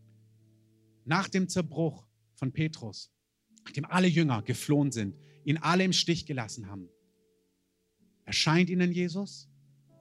Nach dem Zerbruch von Petrus, nachdem alle Jünger geflohen sind, ihn alle im Stich gelassen haben, erscheint ihnen Jesus.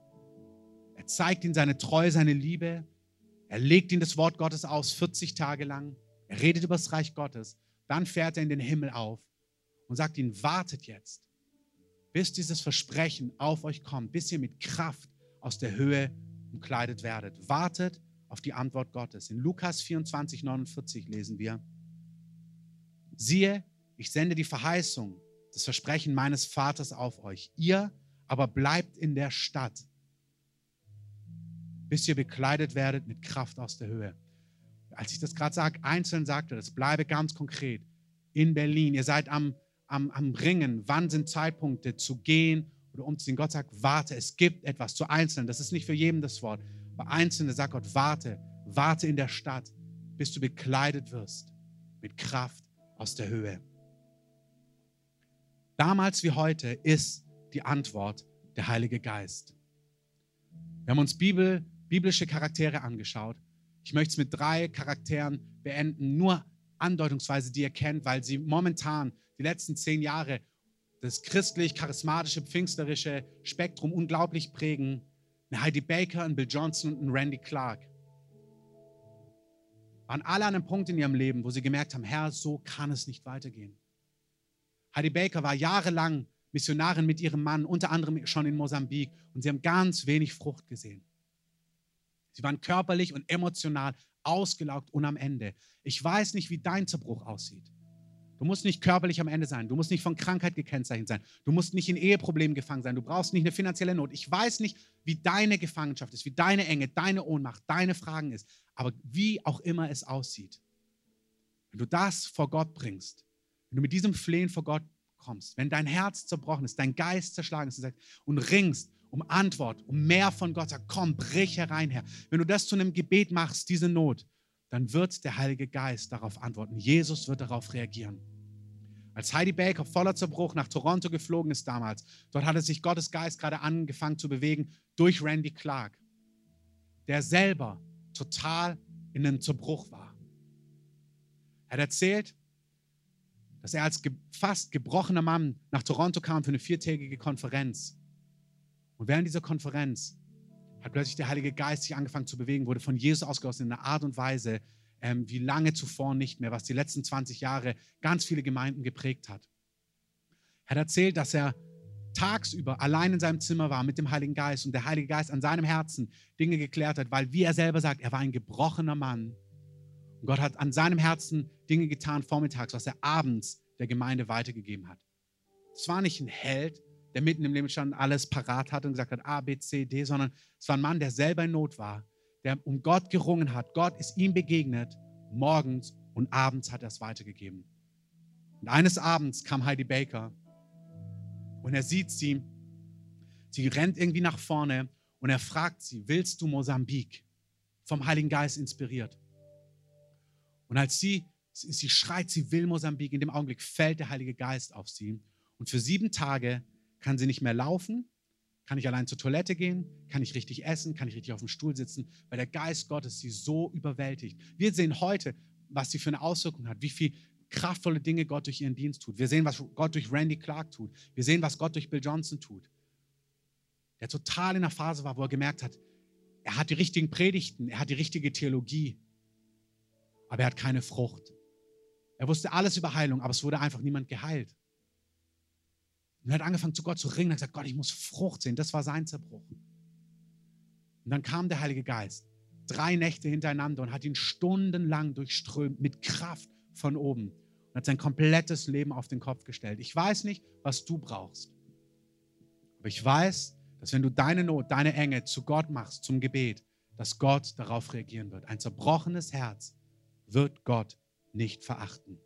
Er zeigt ihnen seine Treue, seine Liebe. Er legt ihnen das Wort Gottes aus, 40 Tage lang. Er redet über das Reich Gottes. Dann fährt er in den Himmel auf und sagt ihnen, wartet jetzt, bis dieses Versprechen auf euch kommt, bis ihr mit Kraft aus der Höhe umkleidet werdet. Wartet auf die Antwort Gottes. In Lukas 24, 49 lesen wir, siehe, ich sende die Verheißung, das Versprechen meines Vaters auf euch. Ihr aber bleibt in der Stadt, bis ihr bekleidet werdet mit Kraft aus der Höhe. Als ich das gerade sage, einzeln sagte, das bleibe ganz konkret. In Berlin, ihr seid am Ringen. Wann sind Zeitpunkte zu gehen oder umzuziehen? Gott sagt, warte, es gibt etwas zu Einzelnen. Das ist nicht für jeden das Wort. Bei Einzelnen sagt Gott, warte in der Stadt, bis du bekleidet wirst mit Kraft aus der Höhe. Damals wie heute ist die Antwort der Heilige Geist. Wir haben uns biblische Charaktere angeschaut. Ich möchte es mit 3 Charakteren beenden, nur andeutungsweise, die ihr kennt, weil sie momentan die letzten 10 Jahre das christlich-charismatische, pfingstlerische Spektrum unglaublich prägen. Ein Heidi Baker, ein Bill Johnson und ein Randy Clark. Waren alle an einem Punkt in ihrem Leben, wo sie gemerkt haben, Herr, so kann es nicht weitergehen. Heidi Baker war jahrelang Missionarin mit ihrem Mann, unter anderem schon in Mosambik, und sie haben ganz wenig Frucht gesehen. Sie waren körperlich und emotional ausgelaugt und am Ende. Ich weiß nicht, wie dein Zerbruch aussieht. Du musst nicht körperlich am Ende sein. Du musst nicht von Krankheit gekennzeichnet sein. Du musst nicht in Eheproblemen gefangen sein. Du brauchst nicht eine finanzielle Not. Ich weiß nicht, wie deine Gefangenschaft ist, wie deine Enge, deine Ohnmacht, deine Fragen ist. Aber wie auch immer es aussieht, wenn du das vor Gott bringst, wenn du mit diesem Flehen vor Gott kommst, wenn dein Herz zerbrochen ist, dein Geist zerschlagen ist und ringst um Antwort, um mehr von Gott, sag, komm, brich herein, Herr. Wenn du das zu einem Gebet machst, diese Not, dann wird der Heilige Geist darauf antworten. Jesus wird darauf reagieren. Als Heidi Baker voller Zerbruch nach Toronto geflogen ist damals, dort hatte sich Gottes Geist gerade angefangen zu bewegen durch Randy Clark, der selber total in einem Zerbruch war. Er hat erzählt, dass er als fast gebrochener Mann nach Toronto kam für eine 4-tägige Konferenz. Und während dieser Konferenz hat plötzlich der Heilige Geist sich angefangen zu bewegen, wurde von Jesus ausgegossen in einer Art und Weise, wie lange zuvor nicht mehr, was die letzten 20 Jahre ganz viele Gemeinden geprägt hat. Er hat erzählt, dass er tagsüber allein in seinem Zimmer war mit dem Heiligen Geist und der Heilige Geist an seinem Herzen Dinge geklärt hat, weil, wie er selber sagt, er war ein gebrochener Mann. Und Gott hat an seinem Herzen Dinge getan vormittags, was er abends der Gemeinde weitergegeben hat. Es war nicht ein Held, der mitten im Leben stand, alles parat hatte und gesagt hat, A, B, C, D, sondern es war ein Mann, der selber in Not war, der um Gott gerungen hat. Gott ist ihm begegnet, morgens und abends hat er es weitergegeben. Und eines Abends kam Heidi Baker und er sieht sie rennt irgendwie nach vorne und er fragt sie, willst du Mosambik? Vom Heiligen Geist inspiriert. Und als sie schreit, sie will Mosambik, in dem Augenblick fällt der Heilige Geist auf sie. Und für 7 Tage kann sie nicht mehr laufen, kann nicht allein zur Toilette gehen, kann nicht richtig essen, kann nicht richtig auf dem Stuhl sitzen, weil der Geist Gottes sie so überwältigt. Wir sehen heute, was sie für eine Auswirkung hat, wie viel kraftvolle Dinge Gott durch ihren Dienst tut. Wir sehen, was Gott durch Randy Clark tut. Wir sehen, was Gott durch Bill Johnson tut. Der total in einer Phase war, wo er gemerkt hat, er hat die richtigen Predigten, er hat die richtige Theologie, aber er hat keine Frucht. Er wusste alles über Heilung, aber es wurde einfach niemand geheilt. Und er hat angefangen, zu Gott zu ringen und hat gesagt, Gott, ich muss Frucht sehen. Das war sein Zerbruch. Und dann kam der Heilige Geist, 3 Nächte hintereinander und hat ihn stundenlang durchströmt mit Kraft von oben und hat sein komplettes Leben auf den Kopf gestellt. Ich weiß nicht, was du brauchst, aber ich weiß, dass wenn du deine Not, deine Enge zu Gott machst, zum Gebet, dass Gott darauf reagieren wird. Ein zerbrochenes Herz wird Gott nicht verachten.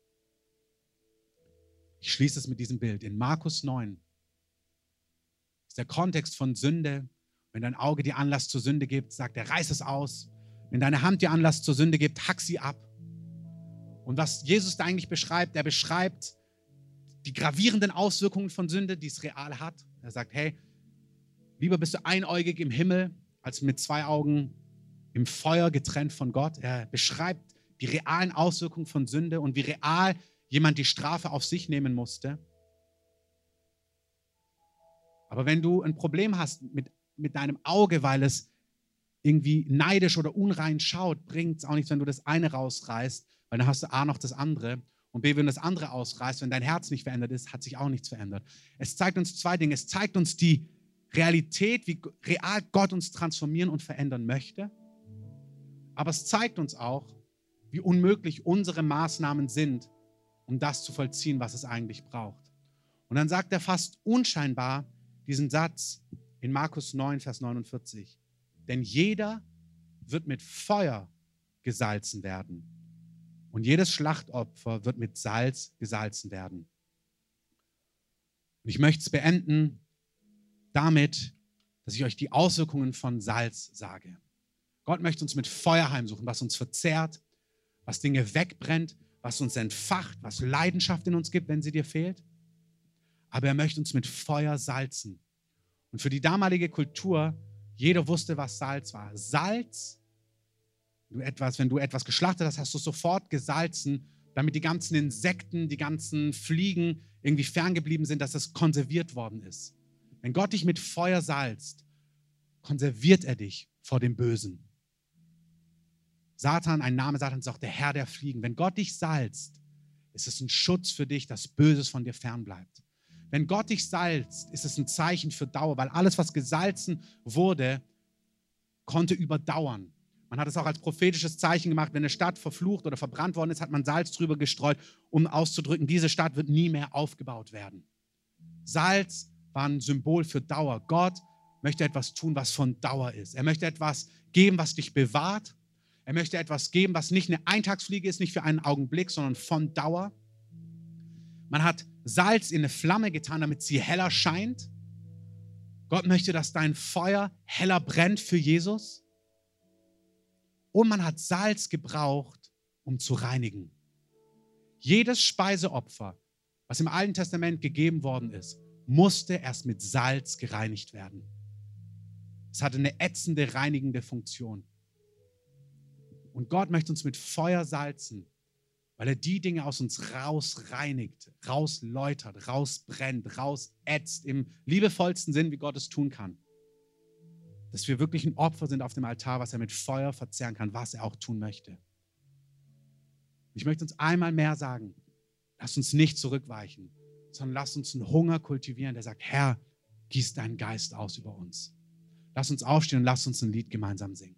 Ich schließe es mit diesem Bild. In Markus 9 ist der Kontext von Sünde. Wenn dein Auge dir Anlass zur Sünde gibt, sagt er, reiß es aus. Wenn deine Hand dir Anlass zur Sünde gibt, hack sie ab. Und was Jesus da eigentlich beschreibt, er beschreibt die gravierenden Auswirkungen von Sünde, die es real hat. Er sagt, hey, lieber bist du einäugig im Himmel, als mit 2 Augen im Feuer getrennt von Gott. Er beschreibt die realen Auswirkungen von Sünde und wie real jemand die Strafe auf sich nehmen musste. Aber wenn du ein Problem hast mit deinem Auge, weil es irgendwie neidisch oder unrein schaut, bringt es auch nichts, wenn du das eine rausreißt, weil dann hast du A noch das andere und B, wenn du das andere ausreißt, wenn dein Herz nicht verändert ist, hat sich auch nichts verändert. Es zeigt uns 2 Dinge. Es zeigt uns die Realität, wie real Gott uns transformieren und verändern möchte. Aber es zeigt uns auch, wie unmöglich unsere Maßnahmen sind, um das zu vollziehen, was es eigentlich braucht. Und dann sagt er fast unscheinbar diesen Satz in Markus 9, Vers 49. Denn jeder wird mit Feuer gesalzen werden. Und jedes Schlachtopfer wird mit Salz gesalzen werden. Und ich möchte es beenden damit, dass ich euch die Auswirkungen von Salz sage. Gott möchte uns mit Feuer heimsuchen, was uns verzehrt, was Dinge wegbrennt, was uns entfacht, was Leidenschaft in uns gibt, wenn sie dir fehlt. Aber er möchte uns mit Feuer salzen. Und für die damalige Kultur, jeder wusste, was Salz war. Salz, wenn du etwas geschlachtet hast, hast du sofort gesalzen, damit die ganzen Insekten, die ganzen Fliegen irgendwie ferngeblieben sind, dass es konserviert worden ist. Wenn Gott dich mit Feuer salzt, konserviert er dich vor dem Bösen. Satan, ein Name Satans ist auch der Herr der Fliegen. Wenn Gott dich salzt, ist es ein Schutz für dich, dass Böses von dir fernbleibt. Wenn Gott dich salzt, ist es ein Zeichen für Dauer, weil alles, was gesalzen wurde, konnte überdauern. Man hat es auch als prophetisches Zeichen gemacht, wenn eine Stadt verflucht oder verbrannt worden ist, hat man Salz drüber gestreut, um auszudrücken, diese Stadt wird nie mehr aufgebaut werden. Salz war ein Symbol für Dauer. Gott möchte etwas tun, was von Dauer ist. Er möchte etwas geben, was dich bewahrt. Er möchte etwas geben, was nicht eine Eintagsfliege ist, nicht für einen Augenblick, sondern von Dauer. Man hat Salz in eine Flamme getan, damit sie heller scheint. Gott möchte, dass dein Feuer heller brennt für Jesus. Und man hat Salz gebraucht, um zu reinigen. Jedes Speiseopfer, was im Alten Testament gegeben worden ist, musste erst mit Salz gereinigt werden. Es hatte eine ätzende, reinigende Funktion. Und Gott möchte uns mit Feuer salzen, weil er die Dinge aus uns rausreinigt, rausläutert, rausbrennt, rausätzt, im liebevollsten Sinn, wie Gott es tun kann. Dass wir wirklich ein Opfer sind auf dem Altar, was er mit Feuer verzehren kann, was er auch tun möchte. Ich möchte uns einmal mehr sagen, lasst uns nicht zurückweichen, sondern lasst uns einen Hunger kultivieren, der sagt, Herr, gieß deinen Geist aus über uns. Lasst uns aufstehen und lasst uns ein Lied gemeinsam singen.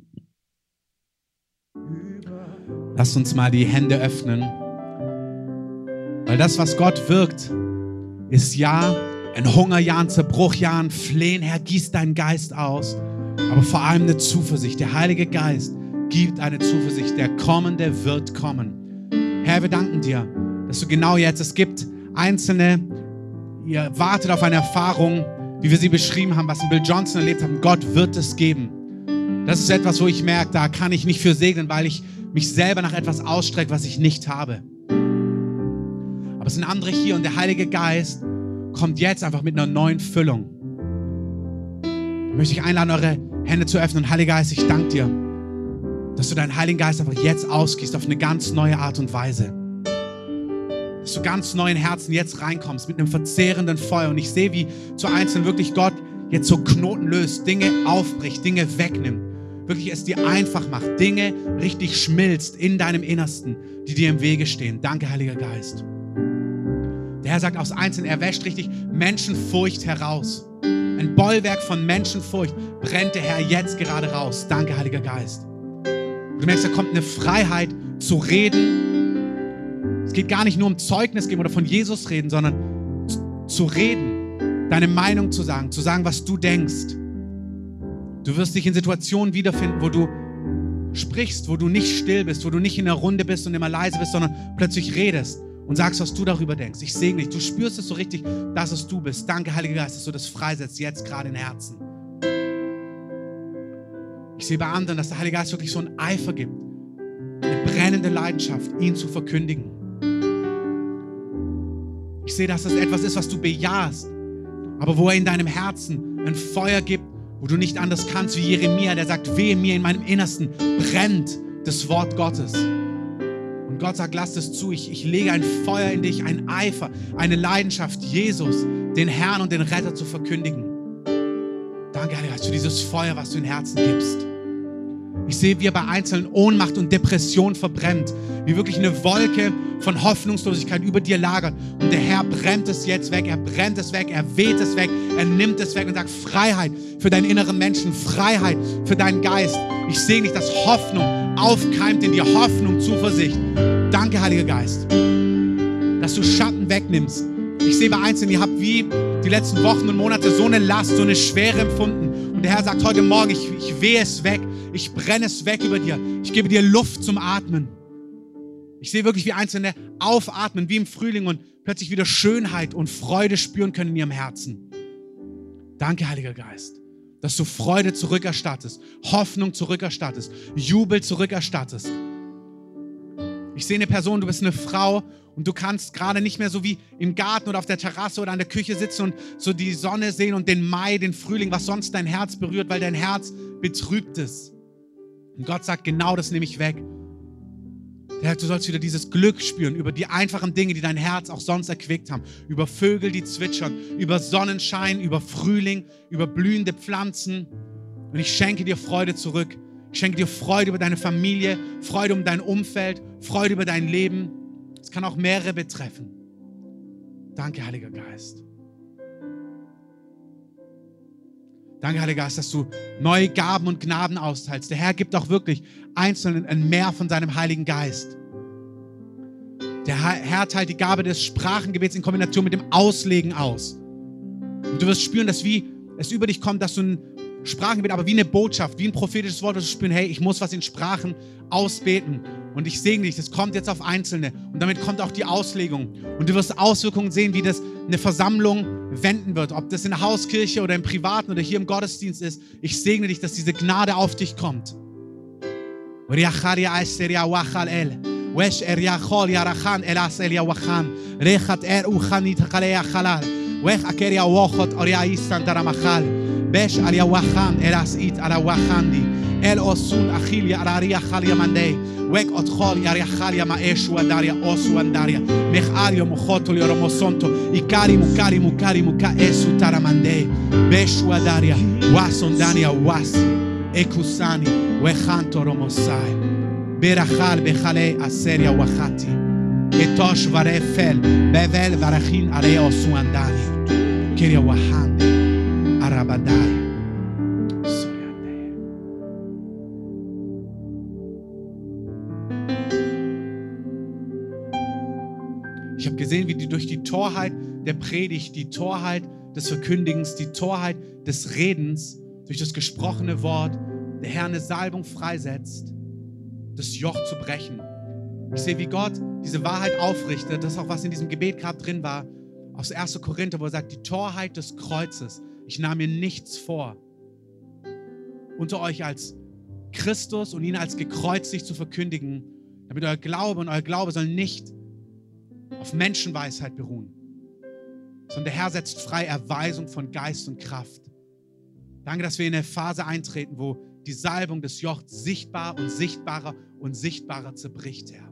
Lasst uns mal die Hände öffnen, weil das, was Gott wirkt, ist ja ein Hungerjahr, ein Zerbruchjahr, ein Flehen. Herr, gieß deinen Geist aus, aber vor allem eine Zuversicht. Der Heilige Geist gibt eine Zuversicht. Der Kommende wird kommen. Herr, wir danken dir, dass du genau jetzt, es gibt Einzelne, ihr wartet auf eine Erfahrung, wie wir sie beschrieben haben, was Bill Johnson erlebt hat. Gott wird es geben. Das ist etwas, wo ich merke, da kann ich nicht für segnen, weil ich mich selber nach etwas ausstrecke, was ich nicht habe. Aber es sind andere hier und der Heilige Geist kommt jetzt einfach mit einer neuen Füllung. Ich möchte dich einladen, eure Hände zu öffnen. Heiliger Geist, ich danke dir, dass du deinen Heiligen Geist einfach jetzt ausgießt auf eine ganz neue Art und Weise. Dass du ganz neuen Herzen jetzt reinkommst mit einem verzehrenden Feuer. Und ich sehe, wie zu Einzelnen wirklich Gott jetzt so Knoten löst, Dinge aufbricht, Dinge wegnimmt. Wirklich es dir einfach macht, Dinge richtig schmilzt in deinem Innersten, die dir im Wege stehen. Danke, Heiliger Geist. Der Herr sagt aus Einzelnen, er wäscht richtig Menschenfurcht heraus. Ein Bollwerk von Menschenfurcht brennt der Herr jetzt gerade raus. Danke, Heiliger Geist. Du merkst, da kommt eine Freiheit zu reden. Es geht gar nicht nur um Zeugnis geben oder von Jesus reden, sondern zu reden, deine Meinung zu sagen, was du denkst. Du wirst dich in Situationen wiederfinden, wo du sprichst, wo du nicht still bist, wo du nicht in der Runde bist und immer leise bist, sondern plötzlich redest und sagst, was du darüber denkst. Ich segne dich. Du spürst es so richtig, dass es du bist. Danke, Heiliger Geist, dass du das freisetzt, jetzt gerade in Herzen. Ich sehe bei anderen, dass der Heilige Geist wirklich so einen Eifer gibt, eine brennende Leidenschaft, ihn zu verkündigen. Ich sehe, dass das etwas ist, was du bejahst, aber wo er in deinem Herzen ein Feuer gibt, wo du nicht anders kannst wie Jeremia, der sagt, wehe mir, in meinem Innersten brennt das Wort Gottes. Und Gott sagt, lass es zu, ich lege ein Feuer in dich, ein Eifer, eine Leidenschaft, Jesus, den Herrn und den Retter zu verkündigen. Danke, Heiliger Geist, für dieses Feuer, was du in Herzen gibst. Ich sehe, wie er bei Einzelnen Ohnmacht und Depression verbrennt, wie wirklich eine Wolke von Hoffnungslosigkeit über dir lagert. Und der Herr brennt es jetzt weg, er brennt es weg, er weht es weg, er nimmt es weg und sagt, Freiheit für deinen inneren Menschen, Freiheit für deinen Geist. Ich sehe nicht, dass Hoffnung aufkeimt in dir, Hoffnung, Zuversicht. Danke, Heiliger Geist. dass du Schatten wegnimmst. Ich sehe bei Einzelnen, ihr habt wie die letzten Wochen und Monate so eine Last, so eine Schwere empfunden. Und der Herr sagt heute Morgen, ich wehe es weg, ich brenne es weg über dir. Ich gebe dir Luft zum Atmen. Ich sehe wirklich, wie Einzelne aufatmen, wie im Frühling und plötzlich wieder Schönheit und Freude spüren können in ihrem Herzen. Danke, Heiliger Geist, dass du Freude zurückerstattest, Hoffnung zurückerstattest, Jubel zurückerstattest. Ich sehe eine Person, du bist eine Frau und du kannst gerade nicht mehr so wie im Garten oder auf der Terrasse oder an der Küche sitzen und so die Sonne sehen und den Mai, den Frühling, was sonst dein Herz berührt, weil dein Herz betrübt ist. Und Gott sagt, genau das nehme ich weg. Du sollst wieder dieses Glück spüren über die einfachen Dinge, die dein Herz auch sonst erquickt haben. Über Vögel, die zwitschern, über Sonnenschein, über Frühling, über blühende Pflanzen. Und ich schenke dir Freude zurück. Ich schenke dir Freude über deine Familie, Freude um dein Umfeld, Freude über dein Leben. Es kann auch mehrere betreffen. Danke, Heiliger Geist. Danke, Heiliger Geist, dass du neue Gaben und Gnaden austeilst. Der Herr gibt auch wirklich Einzelnen ein Mehr von seinem Heiligen Geist. Der Herr teilt die Gabe des Sprachengebets in Kombination mit dem Auslegen aus. Und du wirst spüren, dass wie es über dich kommt, dass du ein Sprachengebet, aber wie eine Botschaft, wie ein prophetisches Wort, dass du spüren, hey, ich muss was in Sprachen ausbeten. Und ich segne dich, das kommt jetzt auf Einzelne. Und damit kommt auch die Auslegung. Und du wirst Auswirkungen sehen, wie das eine Versammlung wenden wird. Ob das in der Hauskirche oder im Privaten oder hier im Gottesdienst ist. Ich segne dich, dass diese Gnade auf dich kommt. El osun achilia araria chalia mandei wek otchol yaria chalia maeshu andaria osu andaria mechario mochotol yoromosonto ikari muka esu taramandei beshu andaria wasondania wasi ekusani wechanto romosai berachal bechalei aseria wachati etosh varefel bevel varachin area osu andari kiria wahande arabadai. Ich habe gesehen, wie durch die Torheit der Predigt, die Torheit des Verkündigens, die Torheit des Redens, durch das gesprochene Wort, der Herr eine Salbung freisetzt, das Joch zu brechen. Ich sehe, wie Gott diese Wahrheit aufrichtet, das ist auch was in diesem Gebet gerade drin war, aus 1. Korinther, wo er sagt, die Torheit des Kreuzes, ich nahm mir nichts vor, unter euch als Christus und ihn als gekreuzigt zu verkündigen, damit euer Glaube soll nicht auf Menschenweisheit beruhen, sondern der Herr setzt frei Erweisung von Geist und Kraft. Danke, dass wir in eine Phase eintreten, wo die Salbung des Jochs sichtbar und sichtbarer und sichtbarer zerbricht, Herr.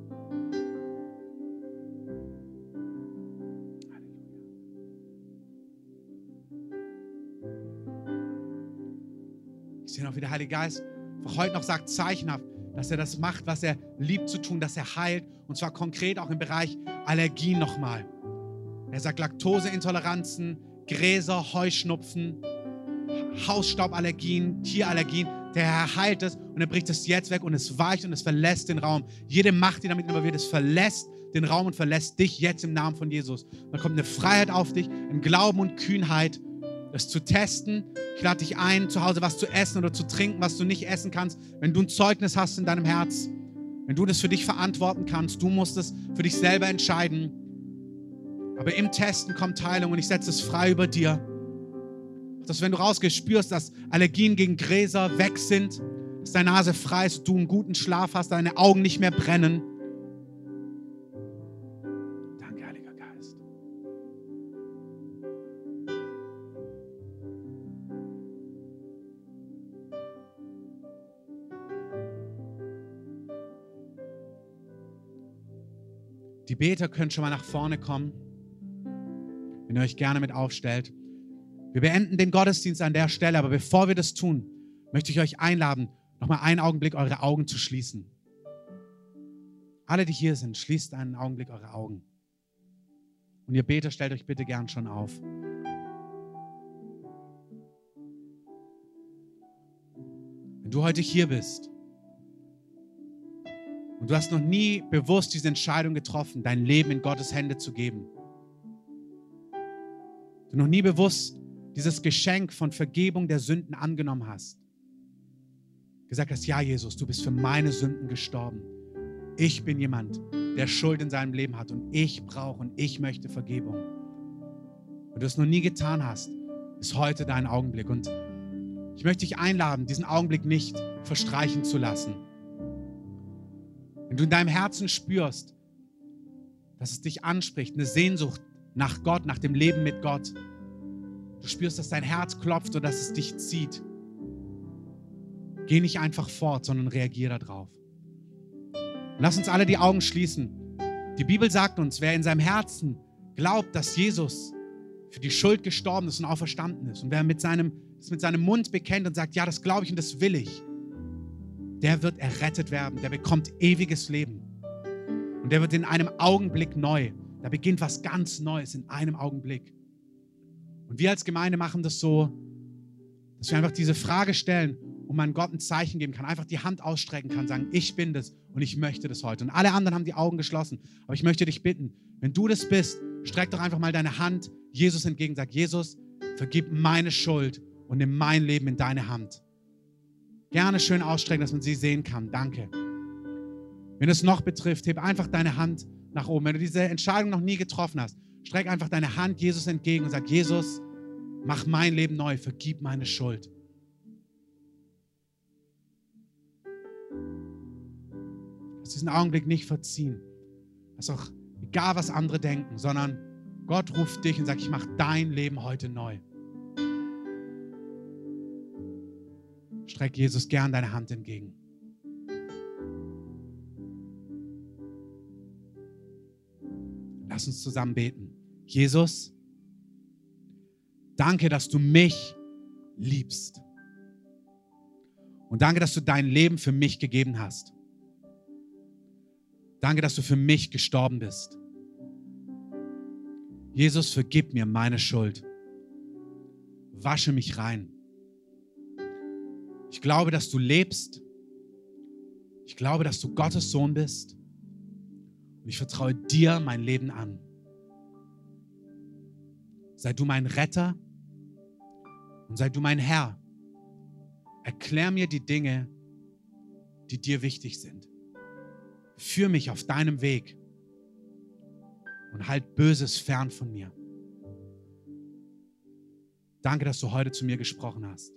Ich sehe noch, wie der Heilige Geist auch heute noch sagt, zeichenhaft, dass er das macht, was er liebt zu tun, dass er heilt. Und zwar konkret auch im Bereich Allergien nochmal. Er sagt Laktoseintoleranzen, Gräser, Heuschnupfen, Hausstauballergien, Tierallergien. Der Herr heilt es und er bricht es jetzt weg und es weicht und es verlässt den Raum. Jede Macht, die damit involviert ist, verlässt den Raum und verlässt dich jetzt im Namen von Jesus. Da kommt eine Freiheit auf dich, im Glauben und Kühnheit, es zu testen. Ich lade dich ein, zu Hause was zu essen oder zu trinken, was du nicht essen kannst. Wenn du ein Zeugnis hast in deinem Herz, wenn du das für dich verantworten kannst, du musst es für dich selber entscheiden. Aber im Testen kommt Heilung und ich setze es frei über dir. Dass wenn du rausgehst, spürst, dass Allergien gegen Gräser weg sind, dass deine Nase frei ist, du einen guten Schlaf hast, deine Augen nicht mehr brennen. Danke, Heiliger Geist. Die Beter können schon mal nach vorne kommen, wenn ihr euch gerne mit aufstellt. Wir beenden den Gottesdienst an der Stelle, aber bevor wir das tun, möchte ich euch einladen, nochmal einen Augenblick eure Augen zu schließen. Alle, die hier sind, schließt einen Augenblick eure Augen. Und ihr Beter, stellt euch bitte gern schon auf. Wenn du heute hier bist und Und du hast noch nie bewusst diese Entscheidung getroffen, dein Leben in Gottes Hände zu geben. Du noch nie bewusst dieses Geschenk von Vergebung der Sünden angenommen hast. Gesagt hast, ja Jesus, du bist für meine Sünden gestorben. Ich bin jemand, der Schuld in seinem Leben hat und ich brauche und ich möchte Vergebung. Wenn du es noch nie getan hast, ist heute dein Augenblick. Und ich möchte dich einladen, diesen Augenblick nicht verstreichen zu lassen. Wenn du in deinem Herzen spürst, dass es dich anspricht, eine Sehnsucht nach Gott, nach dem Leben mit Gott, du spürst, dass dein Herz klopft und dass es dich zieht, geh nicht einfach fort, sondern reagier darauf. Und lass uns alle die Augen schließen. Die Bibel sagt uns, wer in seinem Herzen glaubt, dass Jesus für die Schuld gestorben ist und auferstanden ist, und wer mit seinem Mund bekennt und sagt, ja, das glaube ich und das will ich, der wird errettet werden, der bekommt ewiges Leben. Und der wird in einem Augenblick neu. Da beginnt was ganz Neues in einem Augenblick. Und wir als Gemeinde machen das so, dass wir einfach diese Frage stellen und man Gott ein Zeichen geben kann, einfach die Hand ausstrecken kann, sagen, ich bin das und ich möchte das heute. Und alle anderen haben die Augen geschlossen. Aber ich möchte dich bitten, wenn du das bist, streck doch einfach mal deine Hand Jesus entgegen. Sag, Jesus, vergib meine Schuld und nimm mein Leben in deine Hand. Gerne schön ausstrecken, dass man sie sehen kann. Danke. Wenn es noch betrifft, heb einfach deine Hand nach oben. Wenn du diese Entscheidung noch nie getroffen hast, streck einfach deine Hand Jesus entgegen und sag, Jesus, mach mein Leben neu, vergib meine Schuld. Lass diesen Augenblick nicht verziehen. Das ist auch egal, was andere denken, sondern Gott ruft dich und sagt, ich mache dein Leben heute neu. Streck Jesus gern deine Hand entgegen. Lass uns zusammen beten. Jesus, danke, dass du mich liebst. Und danke, dass du dein Leben für mich gegeben hast. Danke, dass du für mich gestorben bist. Jesus, vergib mir meine Schuld. Wasche mich rein. Ich glaube, dass du lebst. Ich glaube, dass du Gottes Sohn bist. Und ich vertraue dir mein Leben an. Sei du mein Retter und sei du mein Herr. Erklär mir die Dinge, die dir wichtig sind. Führ mich auf deinem Weg und halt Böses fern von mir. Danke, dass du heute zu mir gesprochen hast.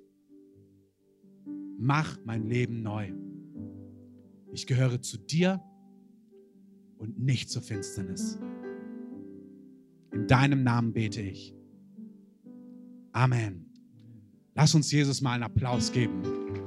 Mach mein Leben neu. Ich gehöre zu dir und nicht zur Finsternis. In deinem Namen bete ich. Amen. Lass uns Jesus mal einen Applaus geben.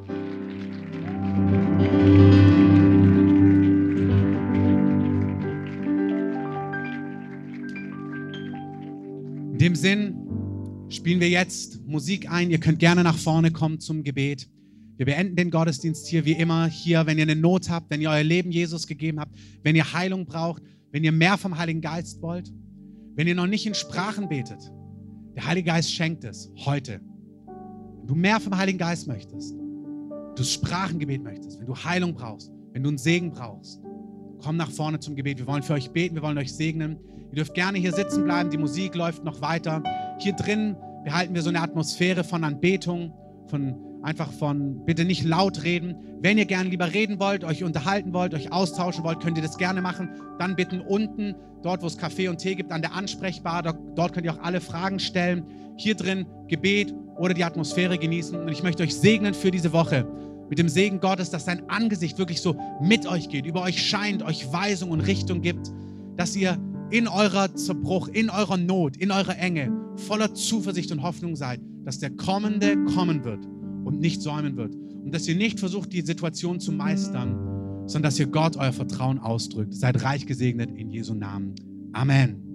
In dem Sinn spielen wir jetzt Musik ein. Ihr könnt gerne nach vorne kommen zum Gebet. Wir beenden den Gottesdienst hier wie immer hier, wenn ihr eine Not habt, wenn ihr euer Leben Jesus gegeben habt, wenn ihr Heilung braucht, wenn ihr mehr vom Heiligen Geist wollt, wenn ihr noch nicht in Sprachen betet. Der Heilige Geist schenkt es heute. Wenn du mehr vom Heiligen Geist möchtest, du das Sprachengebet möchtest, wenn du Heilung brauchst, wenn du einen Segen brauchst, komm nach vorne zum Gebet. Wir wollen für euch beten, wir wollen euch segnen. Ihr dürft gerne hier sitzen bleiben, die Musik läuft noch weiter. Hier drin behalten wir so eine Atmosphäre von Anbetung, von bitte nicht laut reden. Wenn ihr gerne lieber reden wollt, euch unterhalten wollt, euch austauschen wollt, könnt ihr das gerne machen. Dann bitten unten, dort wo es Kaffee und Tee gibt, an der Ansprechbar. Dort könnt ihr auch alle Fragen stellen. Hier drin Gebet oder die Atmosphäre genießen. Und ich möchte euch segnen für diese Woche. Mit dem Segen Gottes, dass sein Angesicht wirklich so mit euch geht, über euch scheint, euch Weisung und Richtung gibt. Dass ihr in eurer Zerbruch, in eurer Not, in eurer Enge voller Zuversicht und Hoffnung seid, dass der Kommende kommen wird und nicht säumen wird. Und dass ihr nicht versucht, die Situation zu meistern, sondern dass ihr Gott euer Vertrauen ausdrückt. Seid reich gesegnet in Jesu Namen. Amen.